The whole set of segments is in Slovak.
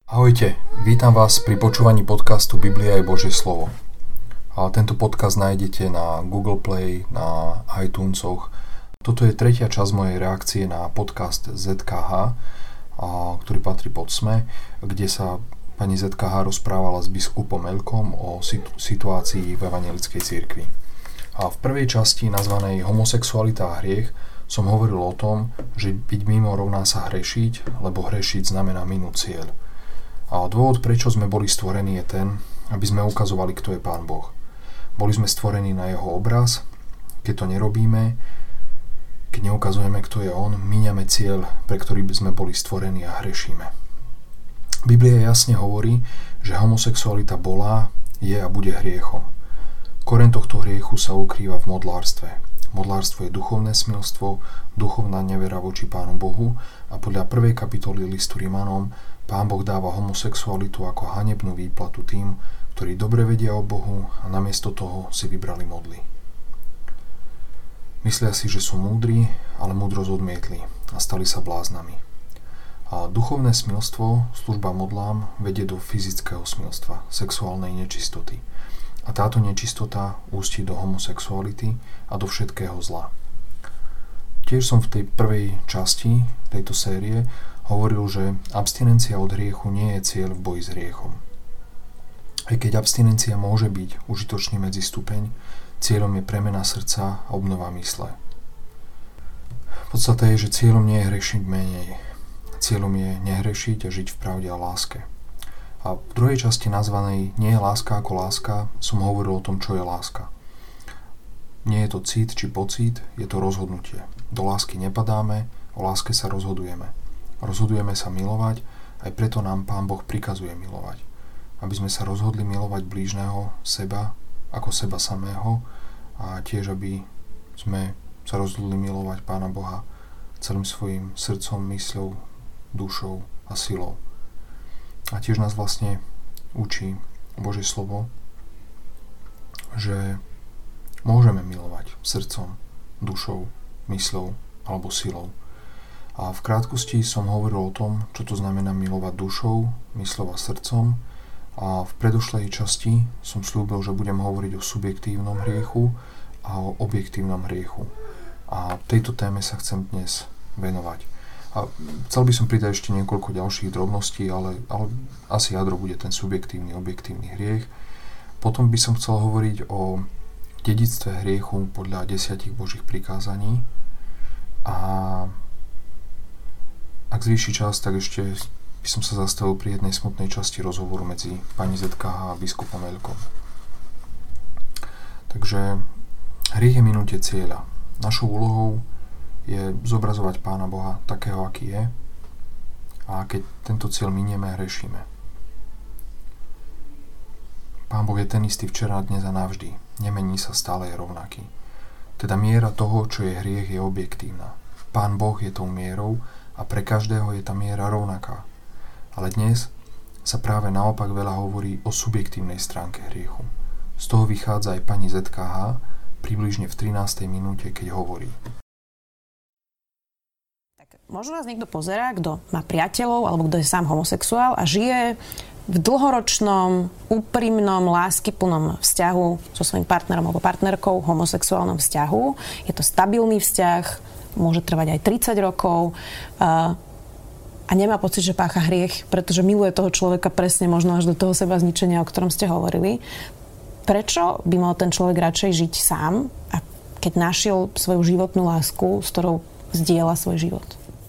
Ahojte, vítam vás pri počúvaní podcastu Biblia je Božie slovo. Tento podcast nájdete na Google Play, na iTunesoch. Toto je tretia časť mojej reakcie na podcast ZKH, ktorý patrí pod SME, kde sa pani ZKH rozprávala s biskupom Elkom o situácii v evanjelickej cirkvi. V prvej časti, nazvanej Homosexualita a hriech, som hovoril o tom, že byť mimo rovná sa hrešiť, lebo hrešiť znamená minúť cieľ. A dôvod, prečo sme boli stvorení, je ten, aby sme ukazovali, kto je Pán Boh. Boli sme stvorení na jeho obraz. Keď to nerobíme, keď neukazujeme, kto je on, míňame cieľ, pre ktorý by sme boli stvorení a hrešíme. Biblia jasne hovorí, že homosexualita bola, je a bude hriechom. Koreň tohto hriechu sa ukrýva v modlárstve. Modlárstvo je duchovné smilstvo, duchovná nevera voči Pánu Bohu a podľa 1. kapitoly listu Rimanom Pán Boh dáva homosexualitu ako hanebnú výplatu tým, ktorí dobre vedia o Bohu a namiesto toho si vybrali modly. Myslia si, že sú múdri, ale múdrosť odmietli a stali sa bláznami. A duchovné smilstvo, služba modlám, vedie do fyzického smilstva, sexuálnej nečistoty. A táto nečistota ústí do homosexuality a do všetkého zla. Tiež som v tej prvej časti tejto série hovoril, že abstinencia od hriechu nie je cieľ v boji s hriechom. Aj keď abstinencia môže byť užitočný medzistupeň, cieľom je premena srdca a obnova mysle. Podstata je, že cieľom nie je hrešiť menej. Cieľom je nehrešiť a žiť v pravde a láske. A v druhej časti nazvanej Nie je láska ako láska som hovoril o tom, čo je láska. Nie je to cit či pocit, je to rozhodnutie. Do lásky nepadáme, o láske sa rozhodujeme. Rozhodujeme sa milovať, aj preto nám Pán Boh prikazuje milovať. Aby sme sa rozhodli milovať blížneho, seba, ako seba samého a tiež, aby sme sa rozhodli milovať Pána Boha celým svojim srdcom, mysľou, dušou a silou. A tiež nás vlastne učí Božie slovo, že môžeme milovať srdcom, dušou, mysľou alebo silou. A v krátkosti som hovoril o tom, čo to znamená milovať dušou, mysľou a srdcom. A v predošlej časti som slúbil, že budem hovoriť o subjektívnom hriechu a o objektívnom hriechu. A tejto téme sa chcem dnes venovať. A chcel by som pridať ešte niekoľko ďalších drobností, ale asi jadro bude ten subjektívny, objektívny hriech. Potom by som chcel hovoriť o dedičstve hriechu podľa 10 Božích prikázaní. A ak zvýši čas, tak ešte by som sa zastavil pri jednej smutnej časti rozhovoru medzi pani ZKH a biskupom Elkom. Takže hriech je minutie cieľa. Našou úlohou je zobrazovať Pána Boha takého, aký je, a keď tento cieľ minieme, hrešíme. Pán Boh je ten istý včera, dnes a navždy. Nemení sa, stále je rovnaký. Teda miera toho, čo je hriech, je objektívna. Pán Boh je tou mierou a pre každého je tá miera rovnaká. Ale dnes sa práve naopak veľa hovorí o subjektívnej stránke hriechu. Z toho vychádza aj pani ZKH približne v 13. minúte, keď hovorí. Tak možno nás niekto pozerá, kto má priateľov alebo kto je sám homosexuál a žije v dlhoročnom, úprimnom, láskyplnom vzťahu so svojím partnerom alebo partnerkou, homosexuálnom vzťahu. Je to stabilný vzťah, môže trvať aj 30 rokov a nemá pocit, že pácha hriech, pretože miluje toho človeka presne možno až do toho seba zničenia, o ktorom ste hovorili. Prečo by mal ten človek radšej žiť sám, a keď našiel svoju životnú lásku, s ktorou zdieľa svoj život?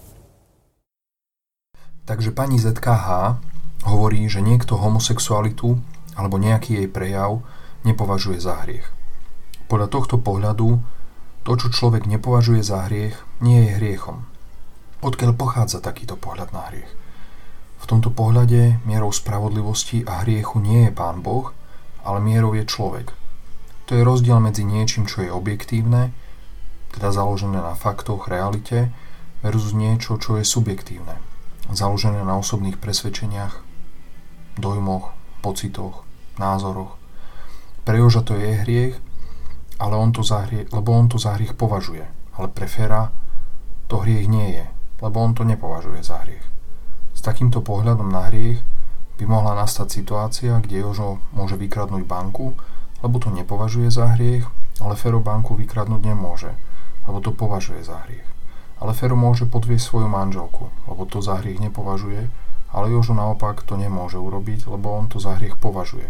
Takže pani ZKH hovorí, že niekto homosexualitu alebo nejaký jej prejav nepovažuje za hriech. Podľa tohto pohľadu to, čo človek nepovažuje za hriech, nie je hriechom. Odkiaľ pochádza takýto pohľad na hriech? V tomto pohľade mierou spravodlivosti a hriechu nie je Pán Boh, ale mierou je človek. To je rozdiel medzi niečím, čo je objektívne, teda založené na faktoch, realite, versus niečo, čo je subjektívne, založené na osobných presvedčeniach, dojmoch, pocitoch, názoroch. Pre Joža to je hriech, lebo on to za hriech považuje. Ale pre Fera to hriech nie je, lebo on to nepovažuje za hriech. S takýmto pohľadom na hriech by mohla nastať situácia, kde Jožo môže vykradnúť banku, lebo to nepovažuje za hriech, ale Fero banku vykradnúť nemôže, lebo to považuje za hriech. Ale Fero môže podviesť svoju manželku, lebo to za hriech nepovažuje, ale Jožo naopak to nemôže urobiť, lebo on to za hriech považuje.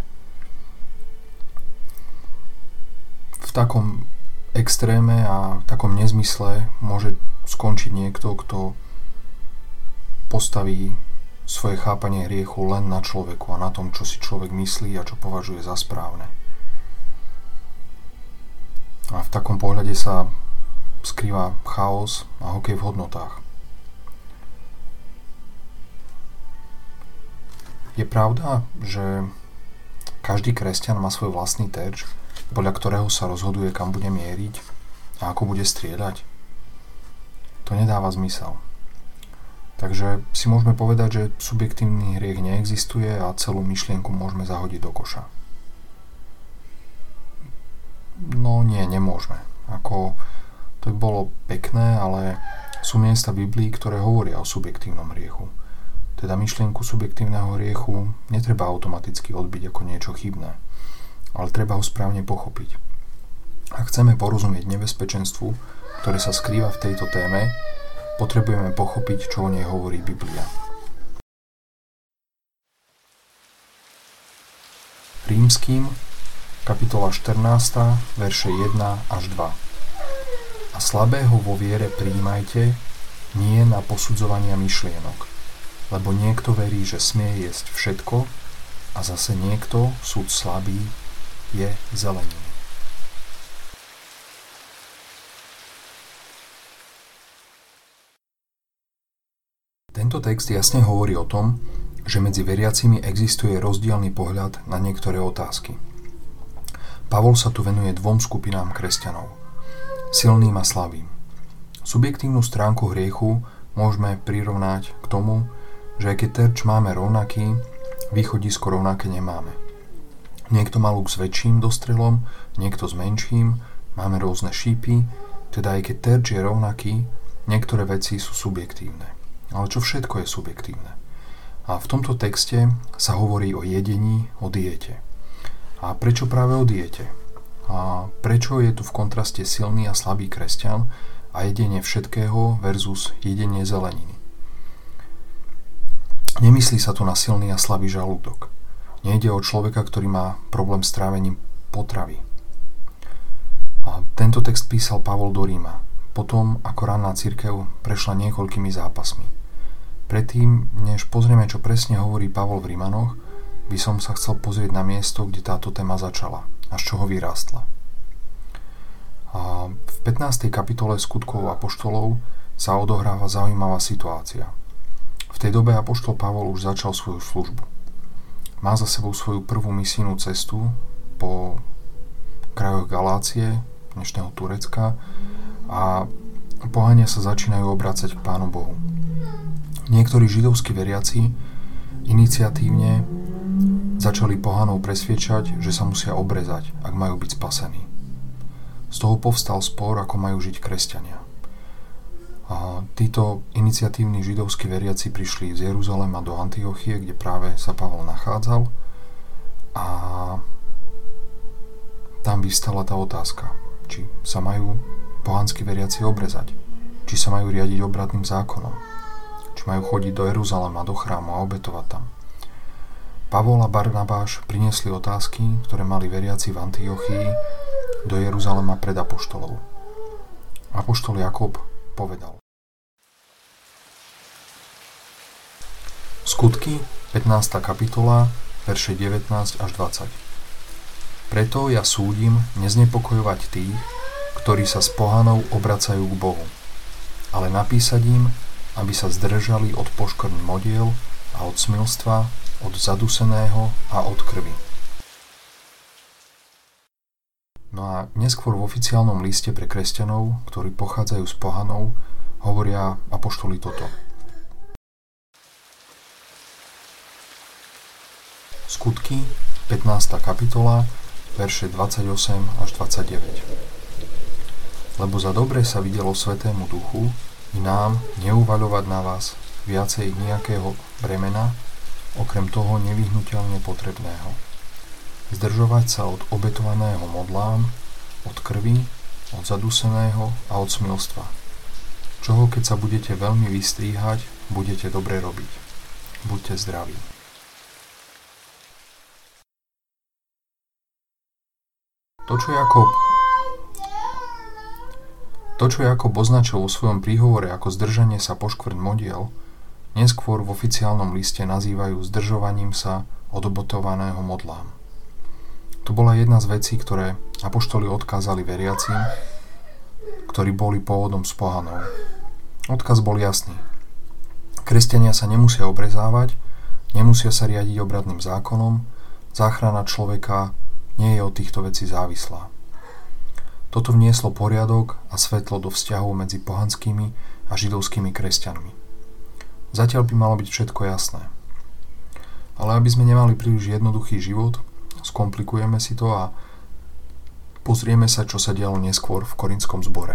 V takom extréme a takom nezmysle môže skončiť niekto, kto postaví svoje chápanie hriechu len na človeku a na tom, čo si človek myslí a čo považuje za správne. A v takom pohľade sa skrýva chaos a hokej v hodnotách. Je pravda, že každý kresťan má svoj vlastný terč, podľa ktorého sa rozhoduje, kam bude mieriť a ako bude strieľať? To nedáva zmysel. Takže si môžeme povedať, že subjektívny hriech neexistuje a celú myšlienku môžeme zahodiť do koša. No nie, nemôžeme. To by bolo pekné, ale sú miesta v Biblii, ktoré hovoria o subjektívnom hriechu. Teda myšlienku subjektívneho hriechu netreba automaticky odbiť ako niečo chybné, ale treba ho správne pochopiť. Ak chceme porozumieť nebezpečenstvu, ktoré sa skrýva v tejto téme, potrebujeme pochopiť, čo o nej hovorí Biblia. Rímskym, kapitola 14, verše 1 až 2. A slabého vo viere prijímajte, nie na posudzovania myšlienok, lebo niekto verí, že smie jesť všetko, a zase niekto, súd slabý, je zeleniny. Tento text jasne hovorí o tom, že medzi veriacimi existuje rozdielny pohľad na niektoré otázky. Pavol sa tu venuje dvom skupinám kresťanov, silným a slabým. Subjektívnu stránku hriechu môžeme prirovnať k tomu, že aj keď terč máme rovnaký, východisko rovnaké nemáme. Niekto má luk s väčším dostrelom, niekto s menším, máme rôzne šípy, teda aj keď terč je rovnaký, niektoré veci sú subjektívne. Ale čo všetko je subjektívne? A v tomto texte sa hovorí o jedení, o diete. A prečo práve o diete? A prečo je tu v kontraste silný a slabý kresťan a jedenie všetkého versus jedenie zeleniny? Nemyslí sa tu na silný a slabý žalúdok. Nejde o človeka, ktorý má problém s trávením potravy. A tento text písal Pavol do Ríma, potom ako ranná cirkev prešla niekoľkými zápasmi. Predtým, než pozrieme, čo presne hovorí Pavol v Rímanoch, by som sa chcel pozrieť na miesto, kde táto téma začala a z čoho vyrástla. A v 15. kapitole Skutkov apoštolov sa odohráva zaujímavá situácia. V tej dobe apoštol Pavol už začal svoju službu. Má za sebou svoju prvú misijnú cestu po krajoch Galácie, dnešného Turecka, a pohania sa začínajú obracať k Pánu Bohu. Niektorí židovskí veriaci iniciatívne začali pohanov presviedčať, že sa musia obrezať, ak majú byť spasení. Z toho povstal spor, ako majú žiť kresťania. A títo iniciatívni židovskí veriaci prišli z Jeruzalema do Antiochie, kde práve sa Pavol nachádzal, a tam vystala tá otázka, či sa majú pohanskí veriaci obrezať, či sa majú riadiť obradným zákonom, či majú chodiť do Jeruzalema, do chrámu a obetovať tam. Pavol a Barnabáš priniesli otázky, ktoré mali veriaci v Antiochii, do Jeruzalema pred apoštolov. Apoštol Jakub povedal. Skutky, 15. kapitola, verše 19 až 20. Preto ja súdim neznepokojovať tých, ktorí sa s pohanou obracajú k Bohu, ale napísať im, aby sa zdržali od poškvrn modiel a od smilstva, od zaduseného a od krvi. No a neskôr v oficiálnom liste pre kresťanov, ktorí pochádzajú z pohanov, hovoria apoštoli toto. Skutky, 15. kapitola, verše 28 až 29. Lebo za dobre sa videlo Svätému Duchu i nám neuvaľovať na vás viacej nejakého bremena, okrem toho nevyhnuteľne potrebného. Zdržovať sa od obetovaného modlám, od krvi, od zaduseného a od smilstva. Čoho keď sa budete veľmi vystríhať, budete dobre robiť. Buďte zdraví. To, čo Jakob označil vo svojom príhovore ako zdržanie sa poškvrň modiel, neskôr v oficiálnom liste nazývajú zdržovaním sa od obetovaného modlám. To bola jedna z vecí, ktoré apoštoli odkázali veriacim, ktorí boli pôvodom z pohanov. Odkaz bol jasný. Kresťania sa nemusia obrezávať, nemusia sa riadiť obradným zákonom, záchrana človeka nie je od týchto vecí závislá. Toto vnieslo poriadok a svetlo do vzťahov medzi pohanskými a židovskými kresťanmi. Zatiaľ by malo byť všetko jasné. Ale aby sme nemali príliš jednoduchý život, skomplikujeme si to a pozrieme sa, čo sa dialo neskôr v korintskom zbore.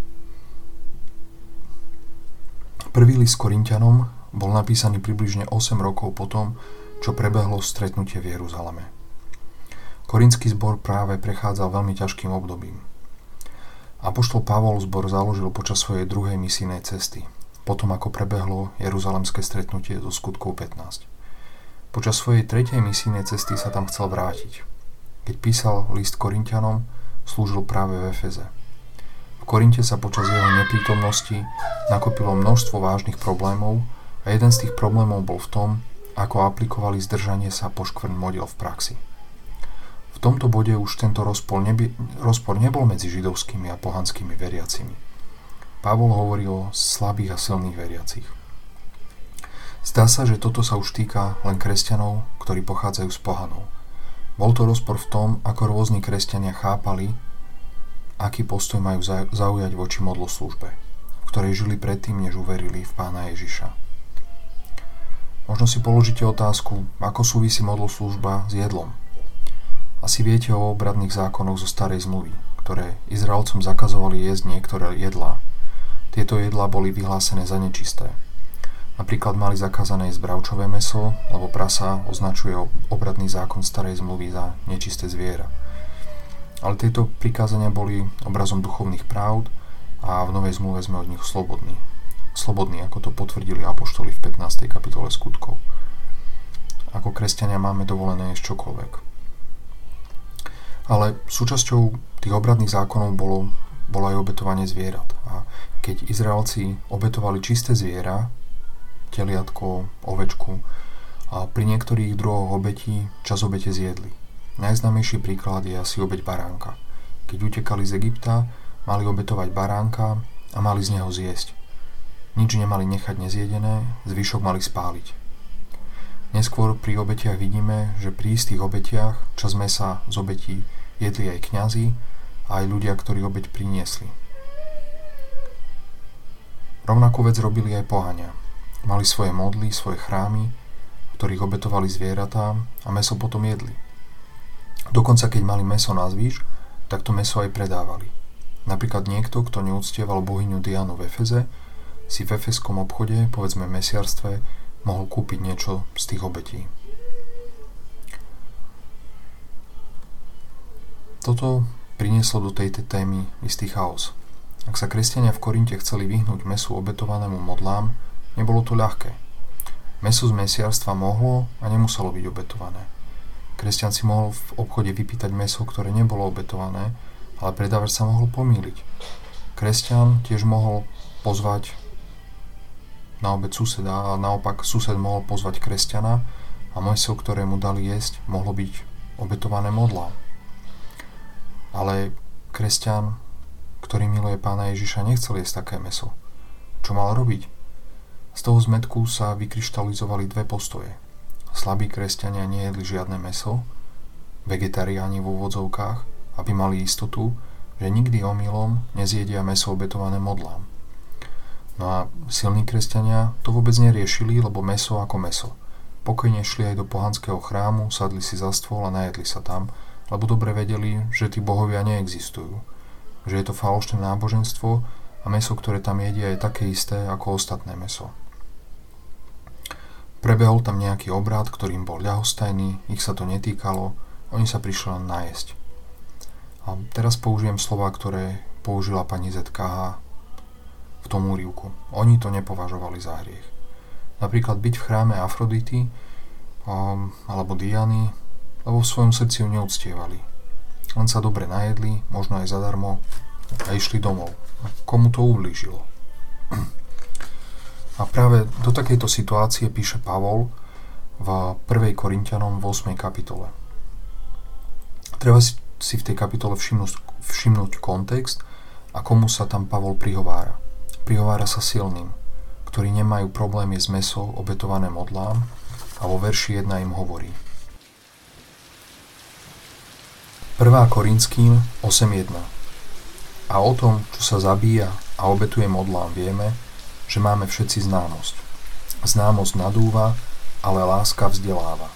Prvý list Korinťanom bol napísaný približne 8 rokov potom, čo prebehlo stretnutie v Jeruzaleme. Korintský zbor práve prechádzal veľmi ťažkým obdobím. Apoštol Pavol zbor založil počas svojej druhej misijnej cesty, potom ako prebehlo jeruzalemské stretnutie zo Skutkov 15. Počas svojej tretej misijnej cesty sa tam chcel vrátiť. Keď písal list Korinťanom, slúžil práve v Efeze. V Korinte sa počas jeho neprítomnosti nakopilo množstvo vážnych problémov a jeden z tých problémov bol v tom, ako aplikovali zdržanie sa poškvrň modiel v praxi. V tomto bode už tento rozpor nebol medzi židovskými a pohanskými veriacimi. Pavol hovorí o slabých a silných veriacich. Zdá sa, že toto sa už týka len kresťanov, ktorí pochádzajú z pohanov. Bol to rozpor v tom, ako rôzni kresťania chápali, aký postoj majú zaujať voči modloslúžbe, v ktorej žili predtým, než uverili v Pána Ježiša. Možno si položíte otázku, ako súvisí modloslúžba s jedlom. Asi viete o obradných zákonoch zo starej zmluvy, ktoré Izraelcom zakazovali jesť niektoré jedlá. Tieto jedlá boli vyhlásené za nečisté. Napríklad mali zakázané jesť bravčové mäso, lebo prasa označuje obradný zákon starej zmluvy za nečisté zviera. Ale tieto prikázania boli obrazom duchovných pravd a v Novej zmluve sme od nich slobodní. Slobodní, ako to potvrdili apoštoli v 15. kapitole Skutkov. Ako kresťania máme dovolené jesť čokoľvek. Ale súčasťou tých obradných zákonov bolo aj obetovanie zvierat. A keď Izraelci obetovali čisté zviera, teliatko, ovečku, a pri niektorých druhoch obetí čas obete zjedli. Najznámejší príklad je asi obeť baránka. Keď utekali z Egypta, mali obetovať baránka a mali z neho zjesť. Nič nemali nechať nezjedené, zvyšok mali spáliť. Neskôr pri obetiach vidíme, že pri istých obetiach čas mäsa z obetí jedli aj kňazi a aj ľudia, ktorí obeť priniesli. Rovnakú vec robili aj pohania. Mali svoje modly, svoje chrámy, v ktorých obetovali zvieratá a mäso potom jedli. Dokonca keď mali mäso na zvýš, tak to mäso aj predávali. Napríklad niekto, kto neúctieval bohyňu Dianu v Efeze, si v efeskom obchode, povedzme mesiarstve, mohol kúpiť niečo z tých obetí. Toto prinieslo do tejto témy istý chaos. Ak sa kresťania v Korinte chceli vyhnúť mäsu obetovanému modlám, nebolo to ľahké. Mäso z mesiarstva mohlo a nemuselo byť obetované. Kresťan si mohol v obchode vypýtať mäso, ktoré nebolo obetované, ale predávač sa mohol pomýliť. Kresťan tiež mohol pozvať na obed suseda a naopak sused mohol pozvať kresťana a mäso, ktoré mu dali jesť, mohlo byť obetované modlám. Ale kresťan, ktorý miluje Pána Ježiša, nechcel jesť také mäso. Čo mal robiť? Z toho zmätku sa vykryštalizovali dve postoje. Slabí kresťania nejedli žiadne mäso, vegetariáni v úvodzovkách, aby mali istotu, že nikdy omylom nezjedia mäso obetované modlám. No a silní kresťania to vôbec neriešili, lebo mäso ako mäso. Pokojne šli aj do pohanského chrámu, sadli si za stôl a najedli sa tam, lebo dobre vedeli, že tí bohovia neexistujú, že je to falošné náboženstvo a mäso, ktoré tam jedia, je také isté ako ostatné mäso. Prebehol tam nejaký obrad, ktorým bol ľahostajný, ich sa to netýkalo, oni sa prišli len najesť. A teraz použijem slova, ktoré použila pani ZKH v tom úryvku. Oni to nepovažovali za hriech. Napríklad byť v chráme Afrodity alebo Diany, lebo v svojom srdci ju neúctievali. Len sa dobre najedli, možno aj zadarmo, a išli domov. A komu to ublížilo? A práve do takejto situácie píše Pavol v 1. Korinťanom v 8. kapitole. Treba si v tej kapitole všimnúť kontext a komu sa tam Pavol prihovára. Prihovára sa silným, ktorí nemajú problémy s mäso obetované modlám, a vo verši 1 im hovorí. 1. Korinským 8.1. A o tom, čo sa zabíja a obetuje modlám, vieme, že máme všetci známosť. Známosť nadúva, ale láska vzdeláva.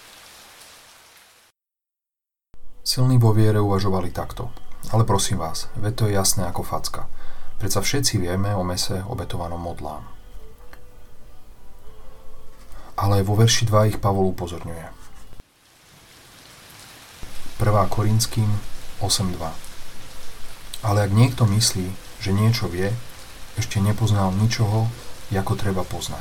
Silní vo viere uvažovali takto. Ale prosím vás, veď to je jasné ako facka. Predsa všetci vieme o mäse obetovanom modlám. Ale vo verši 2 ich Pavol upozorňuje. 1. Korinským 8.2. Ale ak niekto myslí, že niečo vie, ešte nepoznal ničoho, ako treba poznať.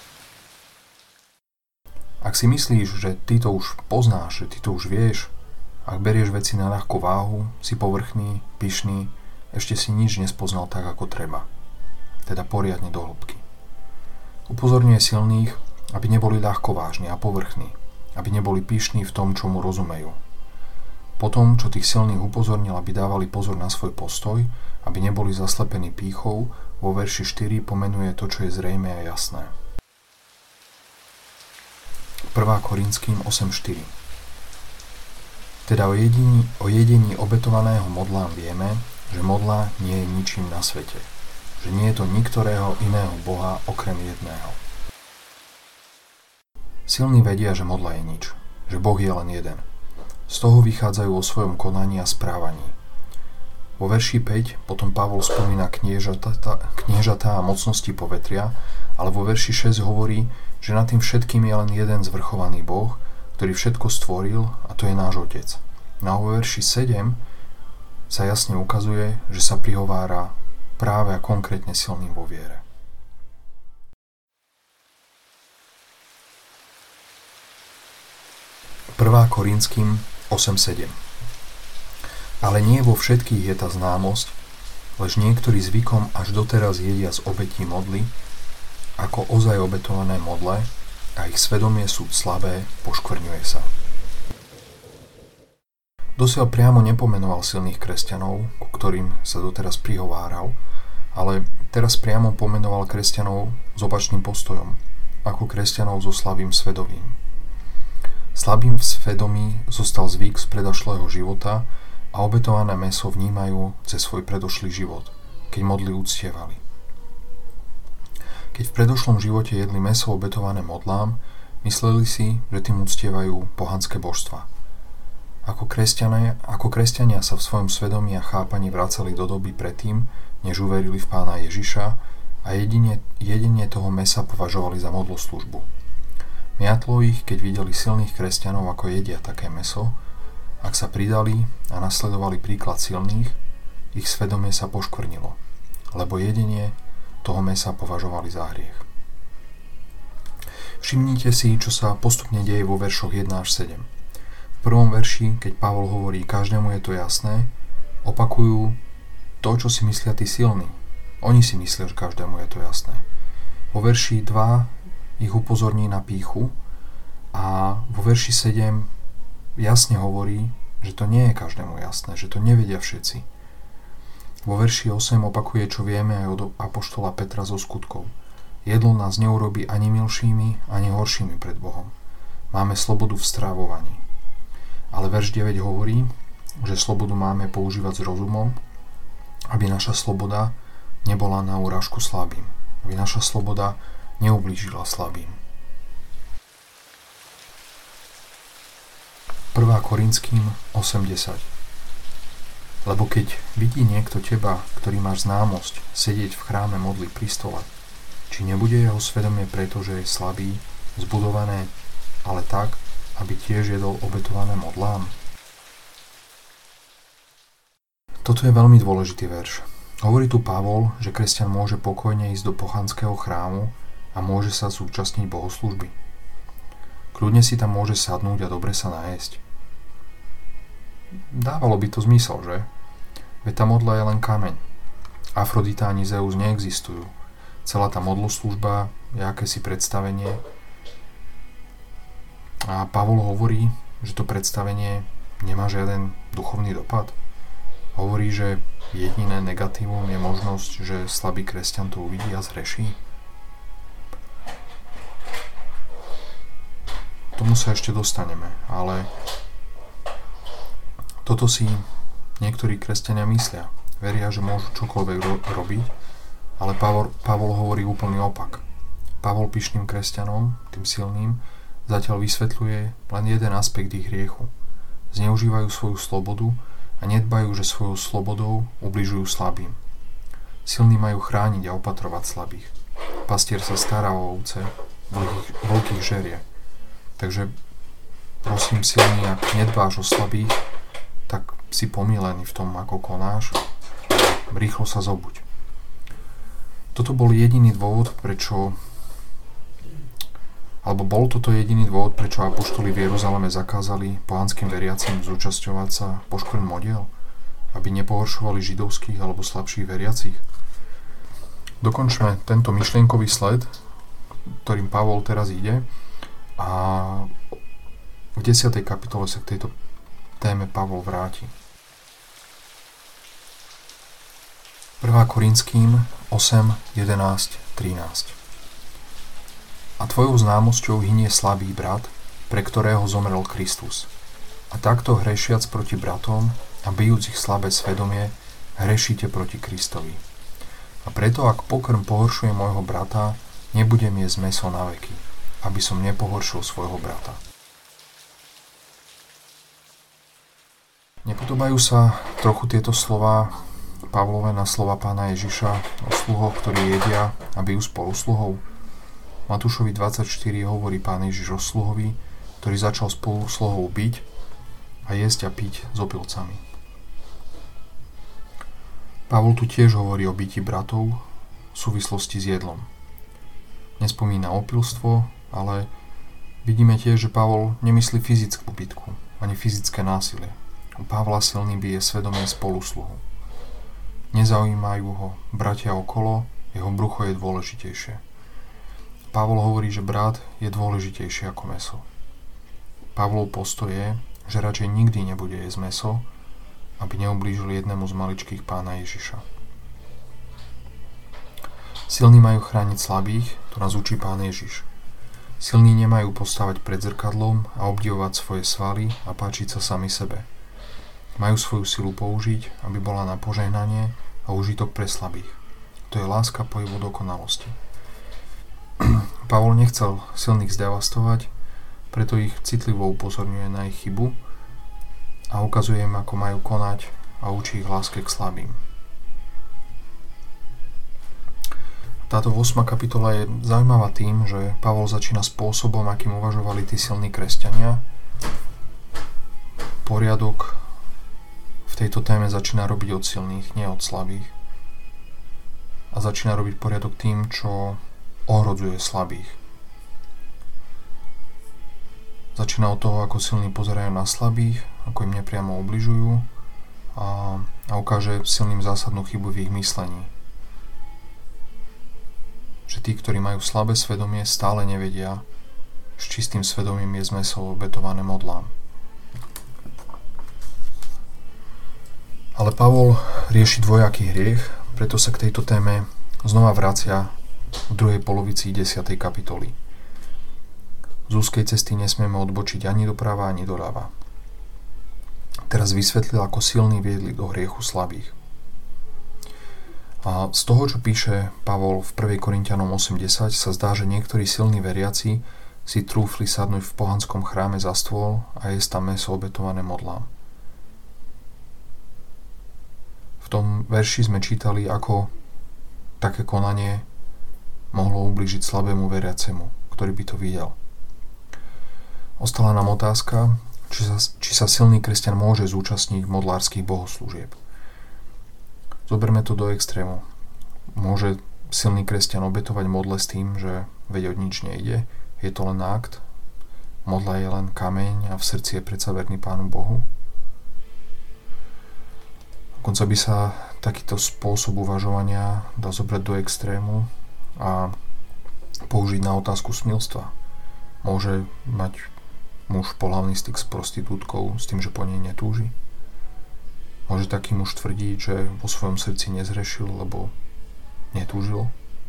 Ak si myslíš, že ty to už poznáš, že ty to už vieš, ak berieš veci na ľahkú váhu, si povrchný, pyšný, ešte si nič nespoznal tak, ako treba. Teda poriadne do hĺbky. Upozorňuje silných, aby neboli ľahkovážni a povrchní, aby neboli pyšní v tom, čo mu rozumejú. Potom, čo tých silných upozornil, aby dávali pozor na svoj postoj, aby neboli zaslepení pýchou, vo verši 4 pomenuje to, čo je zrejmé a jasné. 1. Korinským 8.4. Teda o jedení obetovaného modlám vieme, že modlá nie je ničím na svete, že nie je to niktorého iného Boha okrem jedného. Silní vedia, že modla je nič, že Boh je len jeden. Z toho vychádzajú o svojom konaní a správaní. Vo verši 5 potom Pavol spomína kniežatá a mocnosti povetria, ale vo verši 6 hovorí, že nad tým všetkým je len jeden zvrchovaný Boh, ktorý všetko stvoril, a to je náš Otec. No a vo verši 7 sa jasne ukazuje, že sa prihovára práve a konkrétne silným vo viere. Prvá Korinským 8.7. Ale nie vo všetkých je tá známosť, lež niektorí zvykom až doteraz jedia z obetí modly, ako ozaj obetované modle, a ich svedomie sú slabé, poškvrňuje sa. Dosiaľ priamo nepomenoval silných kresťanov, ku ktorým sa doteraz prihováral, ale teraz priamo pomenoval kresťanov s opačným postojom, ako kresťanov so slabým svedomím. Slabým v svedomí zostal zvyk z predošlého života a obetované mäso vnímajú cez svoj predošlý život, keď modly uctievali. Keď v predošlom živote jedli mäso obetované modlám, mysleli si, že tým uctievajú pohanské božstva. Ako kresťania sa v svojom svedomí a chápaní vracali do doby predtým, než uverili v Pána Ježiša, a jedenie toho mäsa považovali za modloslužbu. Miatlo ich, keď videli silných kresťanov, ako jedia také mäso. Ak sa pridali a nasledovali príklad silných, ich svedomie sa poškvrnilo, lebo jedenie toho mäsa považovali za hriech. Všimnite si, čo sa postupne deje vo veršoch 1 až 7. V prvom verši, keď Pavol hovorí, každému je to jasné, opakujú to, čo si myslia tí silní. Oni si myslia, že každému je to jasné. Vo verši 2 ich upozorní na pýchu a vo verši 7 jasne hovorí, že to nie je každému jasné, že to nevedia všetci. Vo verši 8 opakuje, čo vieme aj od apoštola Petra zo skutkov. Jedlo nás neurobí ani milšími, ani horšími pred Bohom. Máme slobodu v strávovaní. Ale verš 9 hovorí, že slobodu máme používať s rozumom, aby naša sloboda nebola na urážku slabým. Aby naša sloboda neublížila slabým. 1. Korinským 8.10. Lebo keď vidí niekto teba, ktorý máš známosť, sedieť v chráme modly pri stole, či nebude jeho svedomie preto, že je slabý, zbudované, ale tak, aby tiež jedol obetované modlám? Toto je veľmi dôležitý verš. Hovorí tu Pavol, že kresťan môže pokojne ísť do pohanského chrámu a môže sa zúčastniť bohoslúžby. Kľudne si tam môže sadnúť a dobre sa najesť. Dávalo by to zmysel, že? Veď tá modla je len kameň. Afrodita ani Zeus neexistujú. Celá tá modloslužba je akési predstavenie. A Pavol hovorí, že to predstavenie nemá žiaden duchovný dopad. Hovorí, že jediné negatívum je možnosť, že slabý kresťan to uvidí a zhreší. Tomu sa ešte dostaneme, ale toto si niektorí kresťania myslia. Veria, že môžu čokoľvek robiť, ale Pavol hovorí úplný opak. Pavol pyšným kresťanom, tým silným, zatiaľ vysvetľuje len jeden aspekt ich hriechu. Zneužívajú svoju slobodu a nedbajú, že svojou slobodou ubližujú slabým. Silní majú chrániť a opatrovať slabých. Pastier sa stará o ovce, vlk ich žerie. Takže prosím silný, ak nedbáš o slabých, tak si pomýlený v tom, ako konáš. Rýchlo sa zobuď. Toto bol jediný dôvod, bol toto jediný dôvod, prečo apoštoli v Jeruzaleme zakázali pohanským veriacim zúčasťovať sa poškvrn modiel, aby nepohoršovali židovských alebo slabších veriacich. Dokončme tento myšlienkový sled, ktorým Pavol teraz ide, a v 10. kapitole sa k tejto téme Pavol vráti. 1. Korinským 8, 11, 13. A tvojou známosťou hynie slabý brat, pre ktorého zomrel Kristus. A takto hrešiac proti bratom a bijúc ich slabé svedomie, hrešíte proti Kristovi. A preto, ak pokrm pohoršuje môjho brata, nebudem jesť mäso na veky, aby som nepohoršil svojho brata. Nepodobajú sa trochu tieto slová Pavlove na slova pána Ježiša o sluhoch, ktorí jedia a bijú spolusluhov? Matúšovi 24 hovorí pán Ježiš o sluhovi, ktorý začal spolusluhov biť a jesť a piť s opilcami. Pavol tu tiež hovorí o bití bratov v súvislosti s jedlom. Nespomína opilstvo, ale vidíme tiež, že Pavol nemyslí fyzickú bitku, ani fyzické násilie. U Pavla silný bije svedomie spolusluhu. Nezaujímajú ho bratia okolo, jeho brucho je dôležitejšie. Pavol hovorí, že brat je dôležitejší ako mäso. Pavlov postoj je, že radšej nikdy nebude jesť mäso, aby neublížil jednému z maličkých pána Ježiša. Silní majú chrániť slabých, to nás učí pán Ježiš. Silní nemajú postávať pred zrkadlom a obdivovať svoje svaly a páčiť sa sami sebe. Majú svoju silu použiť, aby bola na požehnanie a užitok pre slabých. To je láska pohybu dokonalosti. Pavol nechcel silných zdevastovať, preto ich citlivo upozorňuje na ich chybu a ukazuje im, ako majú konať a učí ich láske k slabým. Táto 8. kapitola je zaujímavá tým, že Pavol začína spôsobom, akým uvažovali tí silní kresťania. Poriadok v tejto téme začína robiť od silných, nie od slabých. A začína robiť poriadok tým, čo ohrodzuje slabých. Začína od toho, ako silní pozerajú na slabých, ako im nepriamo ubližujú a ukáže silným zásadnú chybu v ich myslení. Že tí, ktorí majú slabé svedomie, stále nevedia s čistým svedomím jesť mäso obetované modlám. Ale Pavol rieši dvojaký hriech, preto sa k tejto téme znova vracia v druhej polovici 10. kapitoly. Z úzkej cesty nesmieme odbočiť ani doprava, ani doľava. Teraz vysvetlil, ako silní viedli do hriechu slabých. A z toho, čo píše Pavol v 1. Korinťanom 8.10, sa zdá, že niektorí silní veriaci si trúfli sadnúť v pohanskom chráme za stôl a jesť tam mäso obetované modlám. V tom verši sme čítali, ako také konanie mohlo ublížiť slabému veriacemu, ktorý by to videl. Ostala nám otázka, či sa silný kresťan môže zúčastniť modlárskych bohoslúžieb. Zoberme to do extrému. Môže silný kresťan obetovať modle s tým, že veď od nič nejde, je to len akt, modla je len kameň a v srdci je predsa verný Pánu Bohu? Dokonca by sa takýto spôsob uvažovania dal zobrať do extrému a použiť na otázku smilstva. Môže mať muž pohlavný styk s prostitútkou s tým, že po nej netúži? Môže taký muž tvrdiť, že vo svojom srdci nezhrešil, lebo netúžil?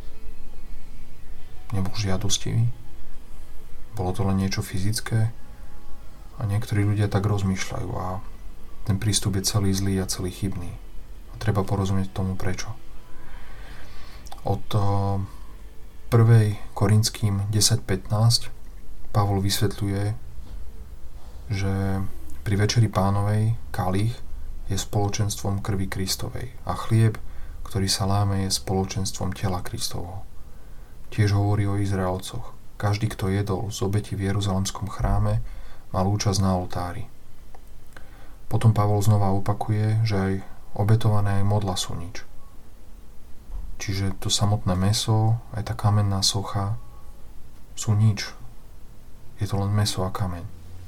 Nebol žiadostivý? Bolo to len niečo fyzické? A niektorí ľudia tak rozmýšľajú a ten prístup je celý zlý a celý chybný. A treba porozumieť tomu prečo. Od 1. Korinským 10.15 Pavol vysvetľuje, že pri Večeri Pánovej kalich je spoločenstvom krvi Kristovej a chlieb, ktorý sa láme, je spoločenstvom tela Kristovho. Tiež hovorí o Izraelcoch. Každý, kto jedol z obeti v Jeruzalemskom chráme, mal účasť na oltári. Potom Pavol znova opakuje, že aj obetované aj modla sú nič. Čiže to samotné mäso, aj tá kamenná socha sú nič. Je to len mäso a kameň.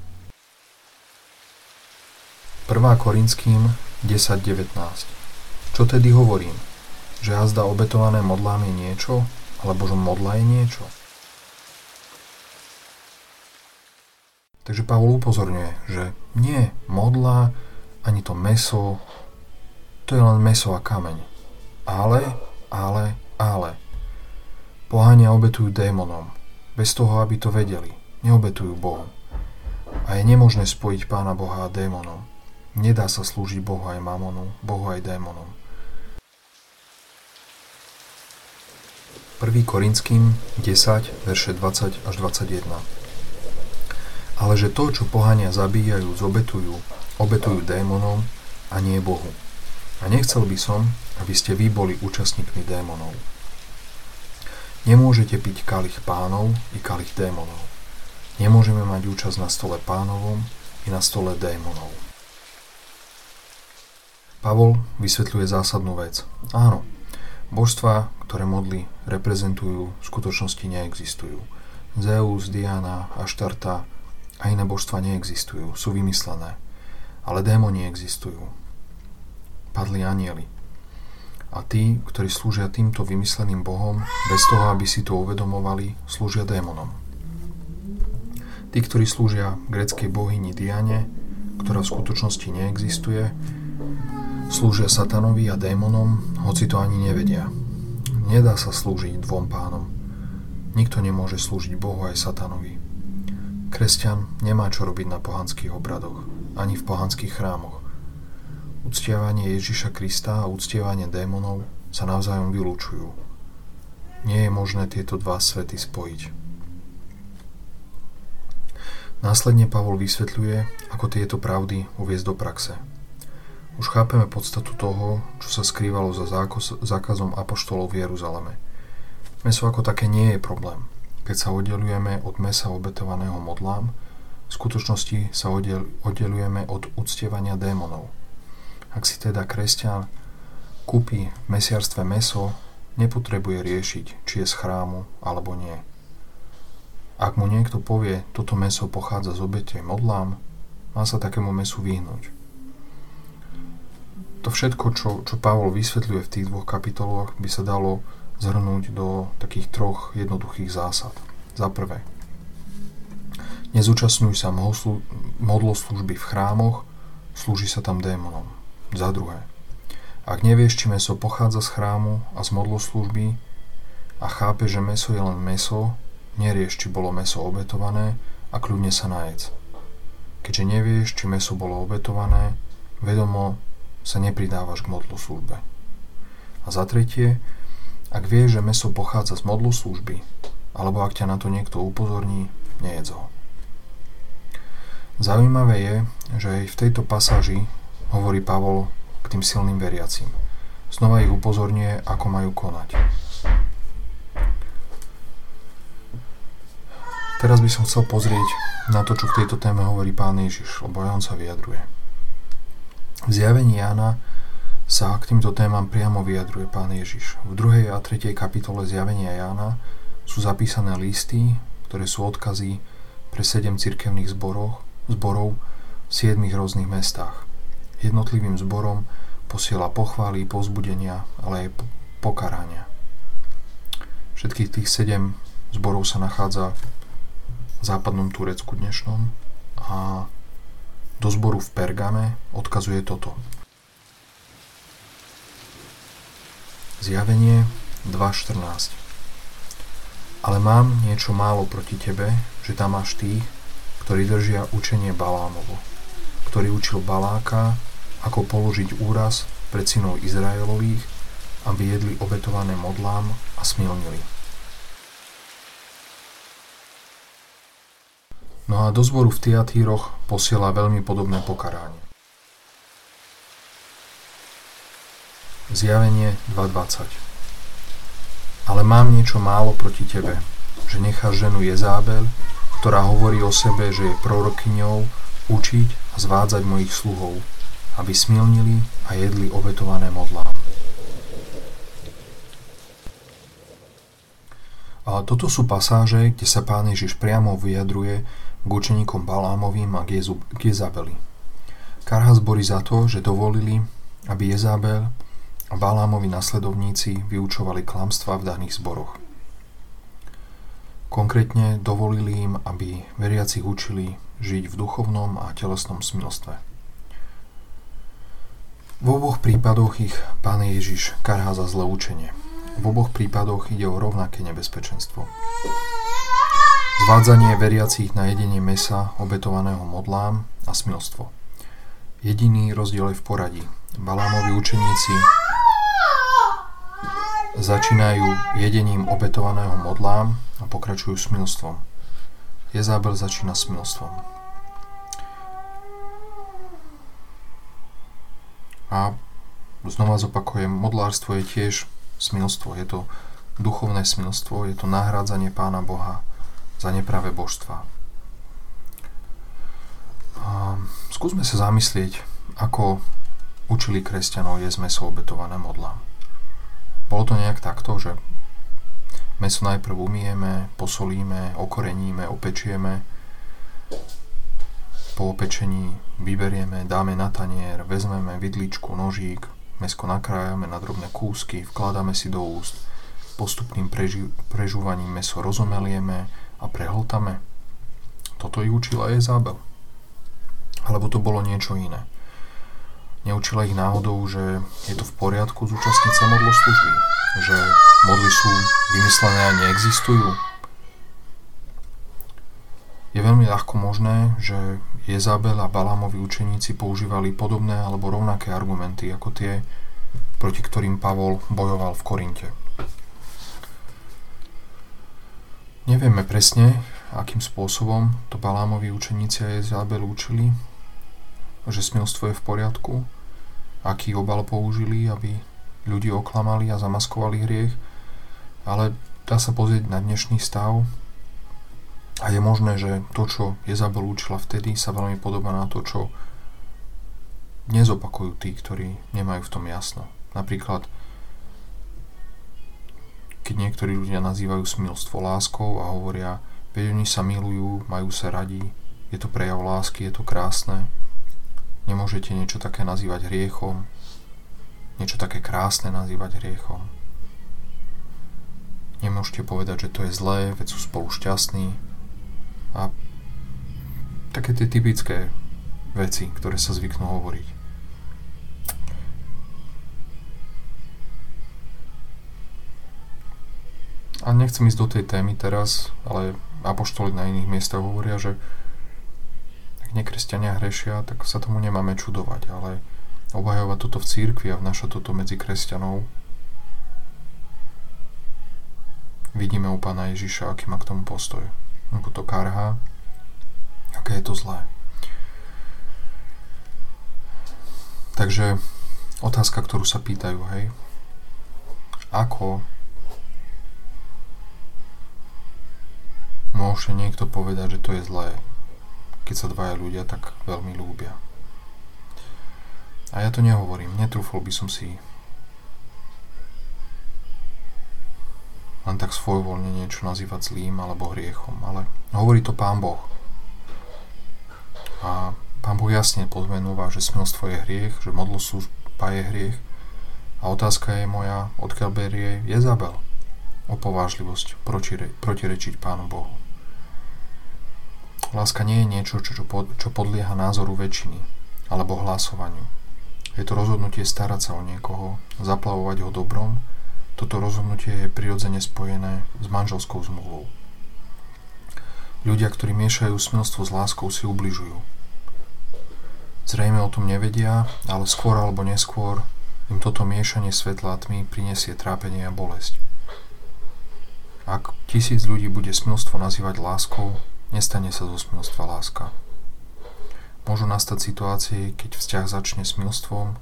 1. Korinským 10.19. Čo tedy hovorím? Že azda obetované modlám je niečo? Alebo že modla je niečo? Takže Pavol upozorňuje, že nie modla, ani to mäso, to je len mäso a kameň. Ale. Pohania obetujú démonom, bez toho, aby to vedeli. Neobetujú Bohu. A je nemožné spojiť Pána Boha a démonom. Nedá sa slúžiť Bohu aj mamonu, Bohu aj démonom. 1. Korinským 10, verše 20 až 21. Ale že to, čo pohania zabíjajú, obetujú démonom a nie Bohu. A nechcel by som, aby ste vy boli účastníkmi démonov. Nemôžete piť kalich Pánov i kalich démonov. Nemôžeme mať účasť na stole Pánovom i na stole démonov. Pavol vysvetľuje zásadnú vec. Áno, božstvá, ktoré modly reprezentujú, v skutočnosti neexistujú. Zeus, Diana, Aštarta a iné božstvá neexistujú, sú vymyslené. Ale démoni existujú. Padli anjeli. A tí, ktorí slúžia týmto vymysleným bohom, bez toho, aby si to uvedomovali, slúžia démonom. Tí, ktorí slúžia gréckej bohyni Diane, ktorá v skutočnosti neexistuje, slúžia satanovi a démonom, hoci to ani nevedia. Nedá sa slúžiť dvom pánom. Nikto nemôže slúžiť Bohu aj satanovi. Kresťan nemá čo robiť na pohanských obradoch, ani v pohanských chrámoch. Uctievanie Ježiša Krista a uctievanie démonov sa navzájom vylúčujú. Nie je možné tieto dva svety spojiť. Následne Pavol vysvetľuje, ako tieto pravdy uviesť do praxe. Už chápeme podstatu toho, čo sa skrývalo za zákazom apoštolov v Jeruzaleme. Mäso ako také nie je problém. Keď sa oddelujeme od mäsa obetovaného modlám, v skutočnosti sa oddelujeme od uctievania démonov. Ak si teda kresťan kúpi v mesiarstve mäso, nepotrebuje riešiť, či je z chrámu alebo nie. Ak mu niekto povie, toto mäso pochádza z obete modlám, má sa takému mäsu vyhnúť. To všetko, čo Pavol vysvetľuje v tých dvoch kapitoloch, by sa dalo zhrnúť do takých troch jednoduchých zásad. Za prvé, nezúčastňuj sa modloslúžby v chrámoch, slúži sa tam démonom. Za druhé, ak nevieš, či mäso pochádza z chrámu a z modloslúžby a chápeš, že mäso je len mäso, nerieš, či bolo mäso obetované a kľudne sa najedz. Keďže nevieš, či mäso bolo obetované, vedomo sa nepridávaš k modloslúžbe. A za tretie, ak vieš, že mäso pochádza z modloslúžby, alebo ak ťa na to niekto upozorní, nejedz ho. Zaujímavé je, že aj v tejto pasáži hovorí Pavol k tým silným veriacim. Znova ich upozorňuje, ako majú konať. Teraz by som chcel pozrieť na to, čo k tejto téme hovorí Pán Ježiš, lebo on sa vyjadruje. V zjavení Jána sa k týmto témam priamo vyjadruje Pán Ježiš. V 2. a 3. kapitole zjavenia Jána sú zapísané listy, ktoré sú odkazy pre 7 cirkevných zborov v 7 rôznych mestách. Jednotlivým zborom posiela pochvály, povzbudenia, ale aj pokarhania. Všetkých tých 7 zborov sa nachádza v západnom Turecku dnešnom a do zboru v Pergame odkazuje toto. Zjavenie 2.14. Ale mám niečo málo proti tebe, že tam máš tých, ktorí držia učenie Balámovo, ktorý učil Baláka, ako položiť úraz pred synov Izraelových, aby jedli obetované modlám a smilnili. No a do zboru v Tiatíroch posiela veľmi podobné pokaranie. Zjavenie 2.20. Ale mám niečo málo proti tebe, že necháš ženu Jezábel, ktorá hovorí o sebe, že je prorokyňou, učiť a zvádzať mojich sluhov, aby smilnili a jedli obetované modlám. A toto sú pasáže, kde sa Pán Ježiš priamo vyjadruje k učeníkom Balámovým a k Jezabeli. Karhá zbory za to, že dovolili, aby Jezabel a Balámovi nasledovníci vyučovali klamstvá v daných zboroch. Konkrétne dovolili im, aby veriacich učili žiť v duchovnom a telesnom smilstve. V oboch prípadoch ich Pán Ježiš karhá za zlé učenie. V oboch prípadoch ide o rovnaké nebezpečenstvo. Zvádzanie veriacich na jedenie mäsa obetovaného modlám a smilstvo. Jediný rozdiel je v poradí. Balámovi učeníci začínajú jedením obetovaného modlám a pokračujú smilstvom. Jezábel začína smilstvom. A znova zopakujem, modlárstvo je tiež smilstvo. Je to duchovné smilstvo, je to nahrádzanie Pána Boha za nepravé božstva. Skúsme sa zamyslieť, ako učili kresťanov jesť mäso obetované modlám. Bolo to nejak takto, že mäso najprv umieme, posolíme, okoreníme, opečieme. Po opečení vyberieme, dáme na tanier, vezmeme vidličku, nožík, mäsko nakrájame na drobné kúsky, vkladáme si do úst, postupným prežúvaním mäso rozomelieme a prehltame. Toto ich učila Jezábel. Alebo to bolo niečo iné. Neučila ich náhodou, že je to v poriadku zúčastniť sa modloslužby, že modly sú vymyslené a neexistujú. Je veľmi ľahko možné, že Jezábel a Balámovi učeníci používali podobné alebo rovnaké argumenty ako tie, proti ktorým Pavol bojoval v Korinte. Nevieme presne, akým spôsobom to Balámovi učeníci a Jezábel učili, že smilstvo je v poriadku, aký obal použili, aby ľudí oklamali a zamaskovali hriech, ale dá sa pozrieť na dnešný stav a je možné, že to, čo Jezabel učila vtedy, sa veľmi podobá na to, čo dnes opakujú tí, ktorí nemajú v tom jasno. Napríklad, keď niektorí ľudia nazývajú smilstvo láskou a hovoria, veď oni sa milujú, majú sa radi, je to prejav lásky, je to krásne. Nemôžete niečo také nazývať hriechom, niečo také krásne nazývať hriechom. Nemôžete povedať, že to je zlé, veď sú spolu šťastní. A také tie typické veci, ktoré sa zvyknú hovoriť. A nechcem ísť do tej témy teraz, ale apoštoli na iných miestach hovoria, že ak nekresťania hrešia, tak sa tomu nemáme čudovať, ale obhajovať toto v cirkvi a vnášať toto medzi kresťanov. Vidíme u Pána Ježiša, aký má k tomu postoj. Ako to karhá, aké je to zlé. Takže otázka, ktorú sa pýtajú, hej, ako Môže niekto povedať, že to je zlé, keď sa dvaja ľudia tak veľmi ľúbia. A ja to nehovorím, netrúfol by som si len tak svojvoľne niečo nazývať zlým alebo hriechom, ale hovorí to Pán Boh. A Pán Boh jasne podmenúva, že smilstvo je hriech, že modloslužba je hriech. A otázka je moja, odkiaľ berie Jezabel o povážlivosť protirečiť Pánu Bohu. Láska nie je niečo, čo podlieha názoru väčšiny alebo hlasovaniu. Je to rozhodnutie starať sa o niekoho, zaplavovať ho dobrom. Toto rozhodnutie je prirodzene spojené s manželskou zmluvou. Ľudia, ktorí miešajú smilstvo s láskou, si ubližujú. Zrejme o tom nevedia, ale skôr alebo neskôr im toto miešanie svetla a tmy prinesie trápenie a bolesť. Ak 1000 ľudí bude smilstvo nazývať láskou, nestane sa zo smilstva láska. Môžu nastať situácie, keď vzťah začne smilstvom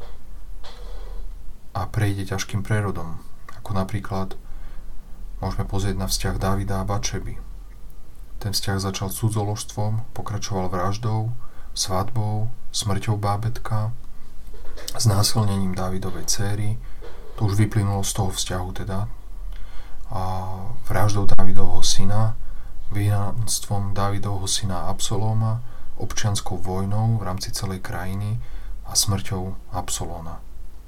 a prejde ťažkým prerodom, ako napríklad môžeme pozrieť na vzťah Dávida a Batšeby. Ten vzťah začal cudzoložstvom, pokračoval vraždou, svadbou, smrťou bábätka, znásilnením Dávidovej dcéry, to už vyplynulo z toho vzťahu teda, a vraždou Dávidovho syna, vyhnanstvom Dávidovho syna Absalóma, občianskou vojnou v rámci celej krajiny a smrťou Absalóma.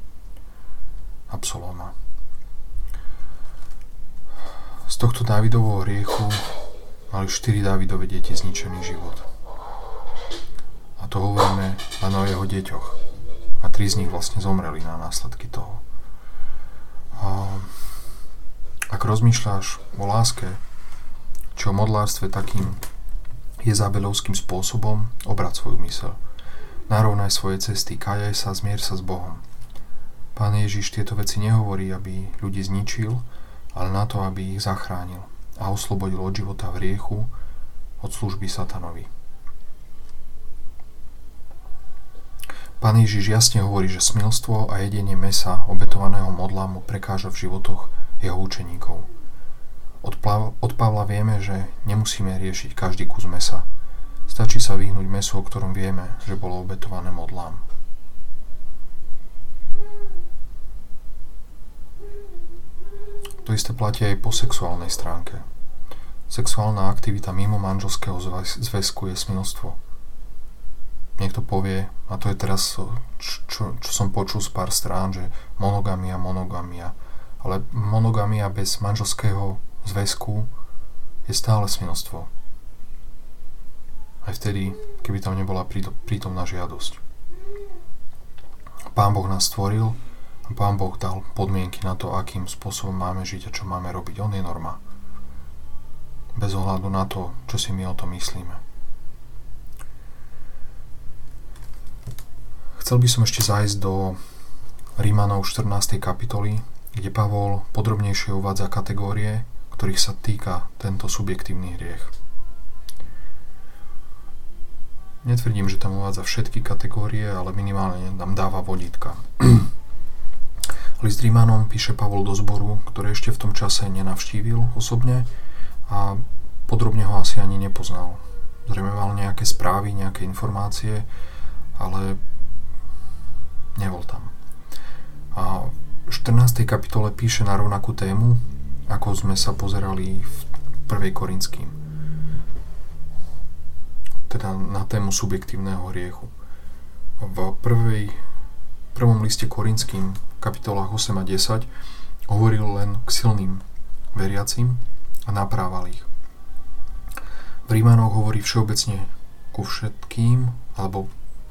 Z tohto Dávidovho hriechu mali 4 Dávidove deti zničený život. A to hovoríme len o jeho deťoch. A 3 z nich vlastne zomreli na následky toho. Ak rozmýšľaš o láske, či o modlárstve takým jezabelovským spôsobom, obrať svoju myseľ. Narovnaj svoje cesty, kájaj sa, zmier sa s Bohom. Pán Ježiš tieto veci nehovorí, aby ľudí zničil, ale na to, aby ich zachránil a oslobodil od života v hriechu, od služby satanovi. Pán Ježiš jasne hovorí, že smilstvo a jedenie mäsa obetovaného modla mu prekáža v životoch jeho učeníkov. Od Pavla vieme, že nemusíme riešiť každý kus mäsa. Stačí sa vyhnúť mäsu, o ktorom vieme, že bolo obetované modlám. To isté platí aj po sexuálnej stránke. Sexuálna aktivita mimo manželského zväzku je smilstvo. Niekto povie, a to je teraz, čo som počul z pár strán, že monogamia, ale monogamia bez manželského zväzku je stále smilstvo. Aj vtedy, keby tam nebola prítomná žiadosť. Pán Boh nás stvoril a Pán Boh dal podmienky na to, akým spôsobom máme žiť a čo máme robiť. On je norma. Bez ohľadu na to, čo si my o tom myslíme. Chcel by som ešte zájsť do Rímanov 14. kapitoly, kde Pavol podrobnejšie uvádza kategórie, ktorých sa týka tento subjektívny hriech. Netvrdím, že tam uvádza všetky kategórie, ale minimálne nám dáva vodítka. List Rímanom píše Pavol do zboru, ktoré ešte v tom čase nenavštívil osobne a podrobne ho asi ani nepoznal. Zrejme mal nejaké správy, nejaké informácie, ale nebol tam. A v 14. kapitole píše na rovnakú tému, ako sme sa pozerali v 1. Korinským. Teda na tému subjektívneho hriechu. V prvom liste Korinským, kapitolách 8 a 10, hovoril len k silným veriacim a naprával ich. V Rímanoch hovorí všeobecne ku všetkým, alebo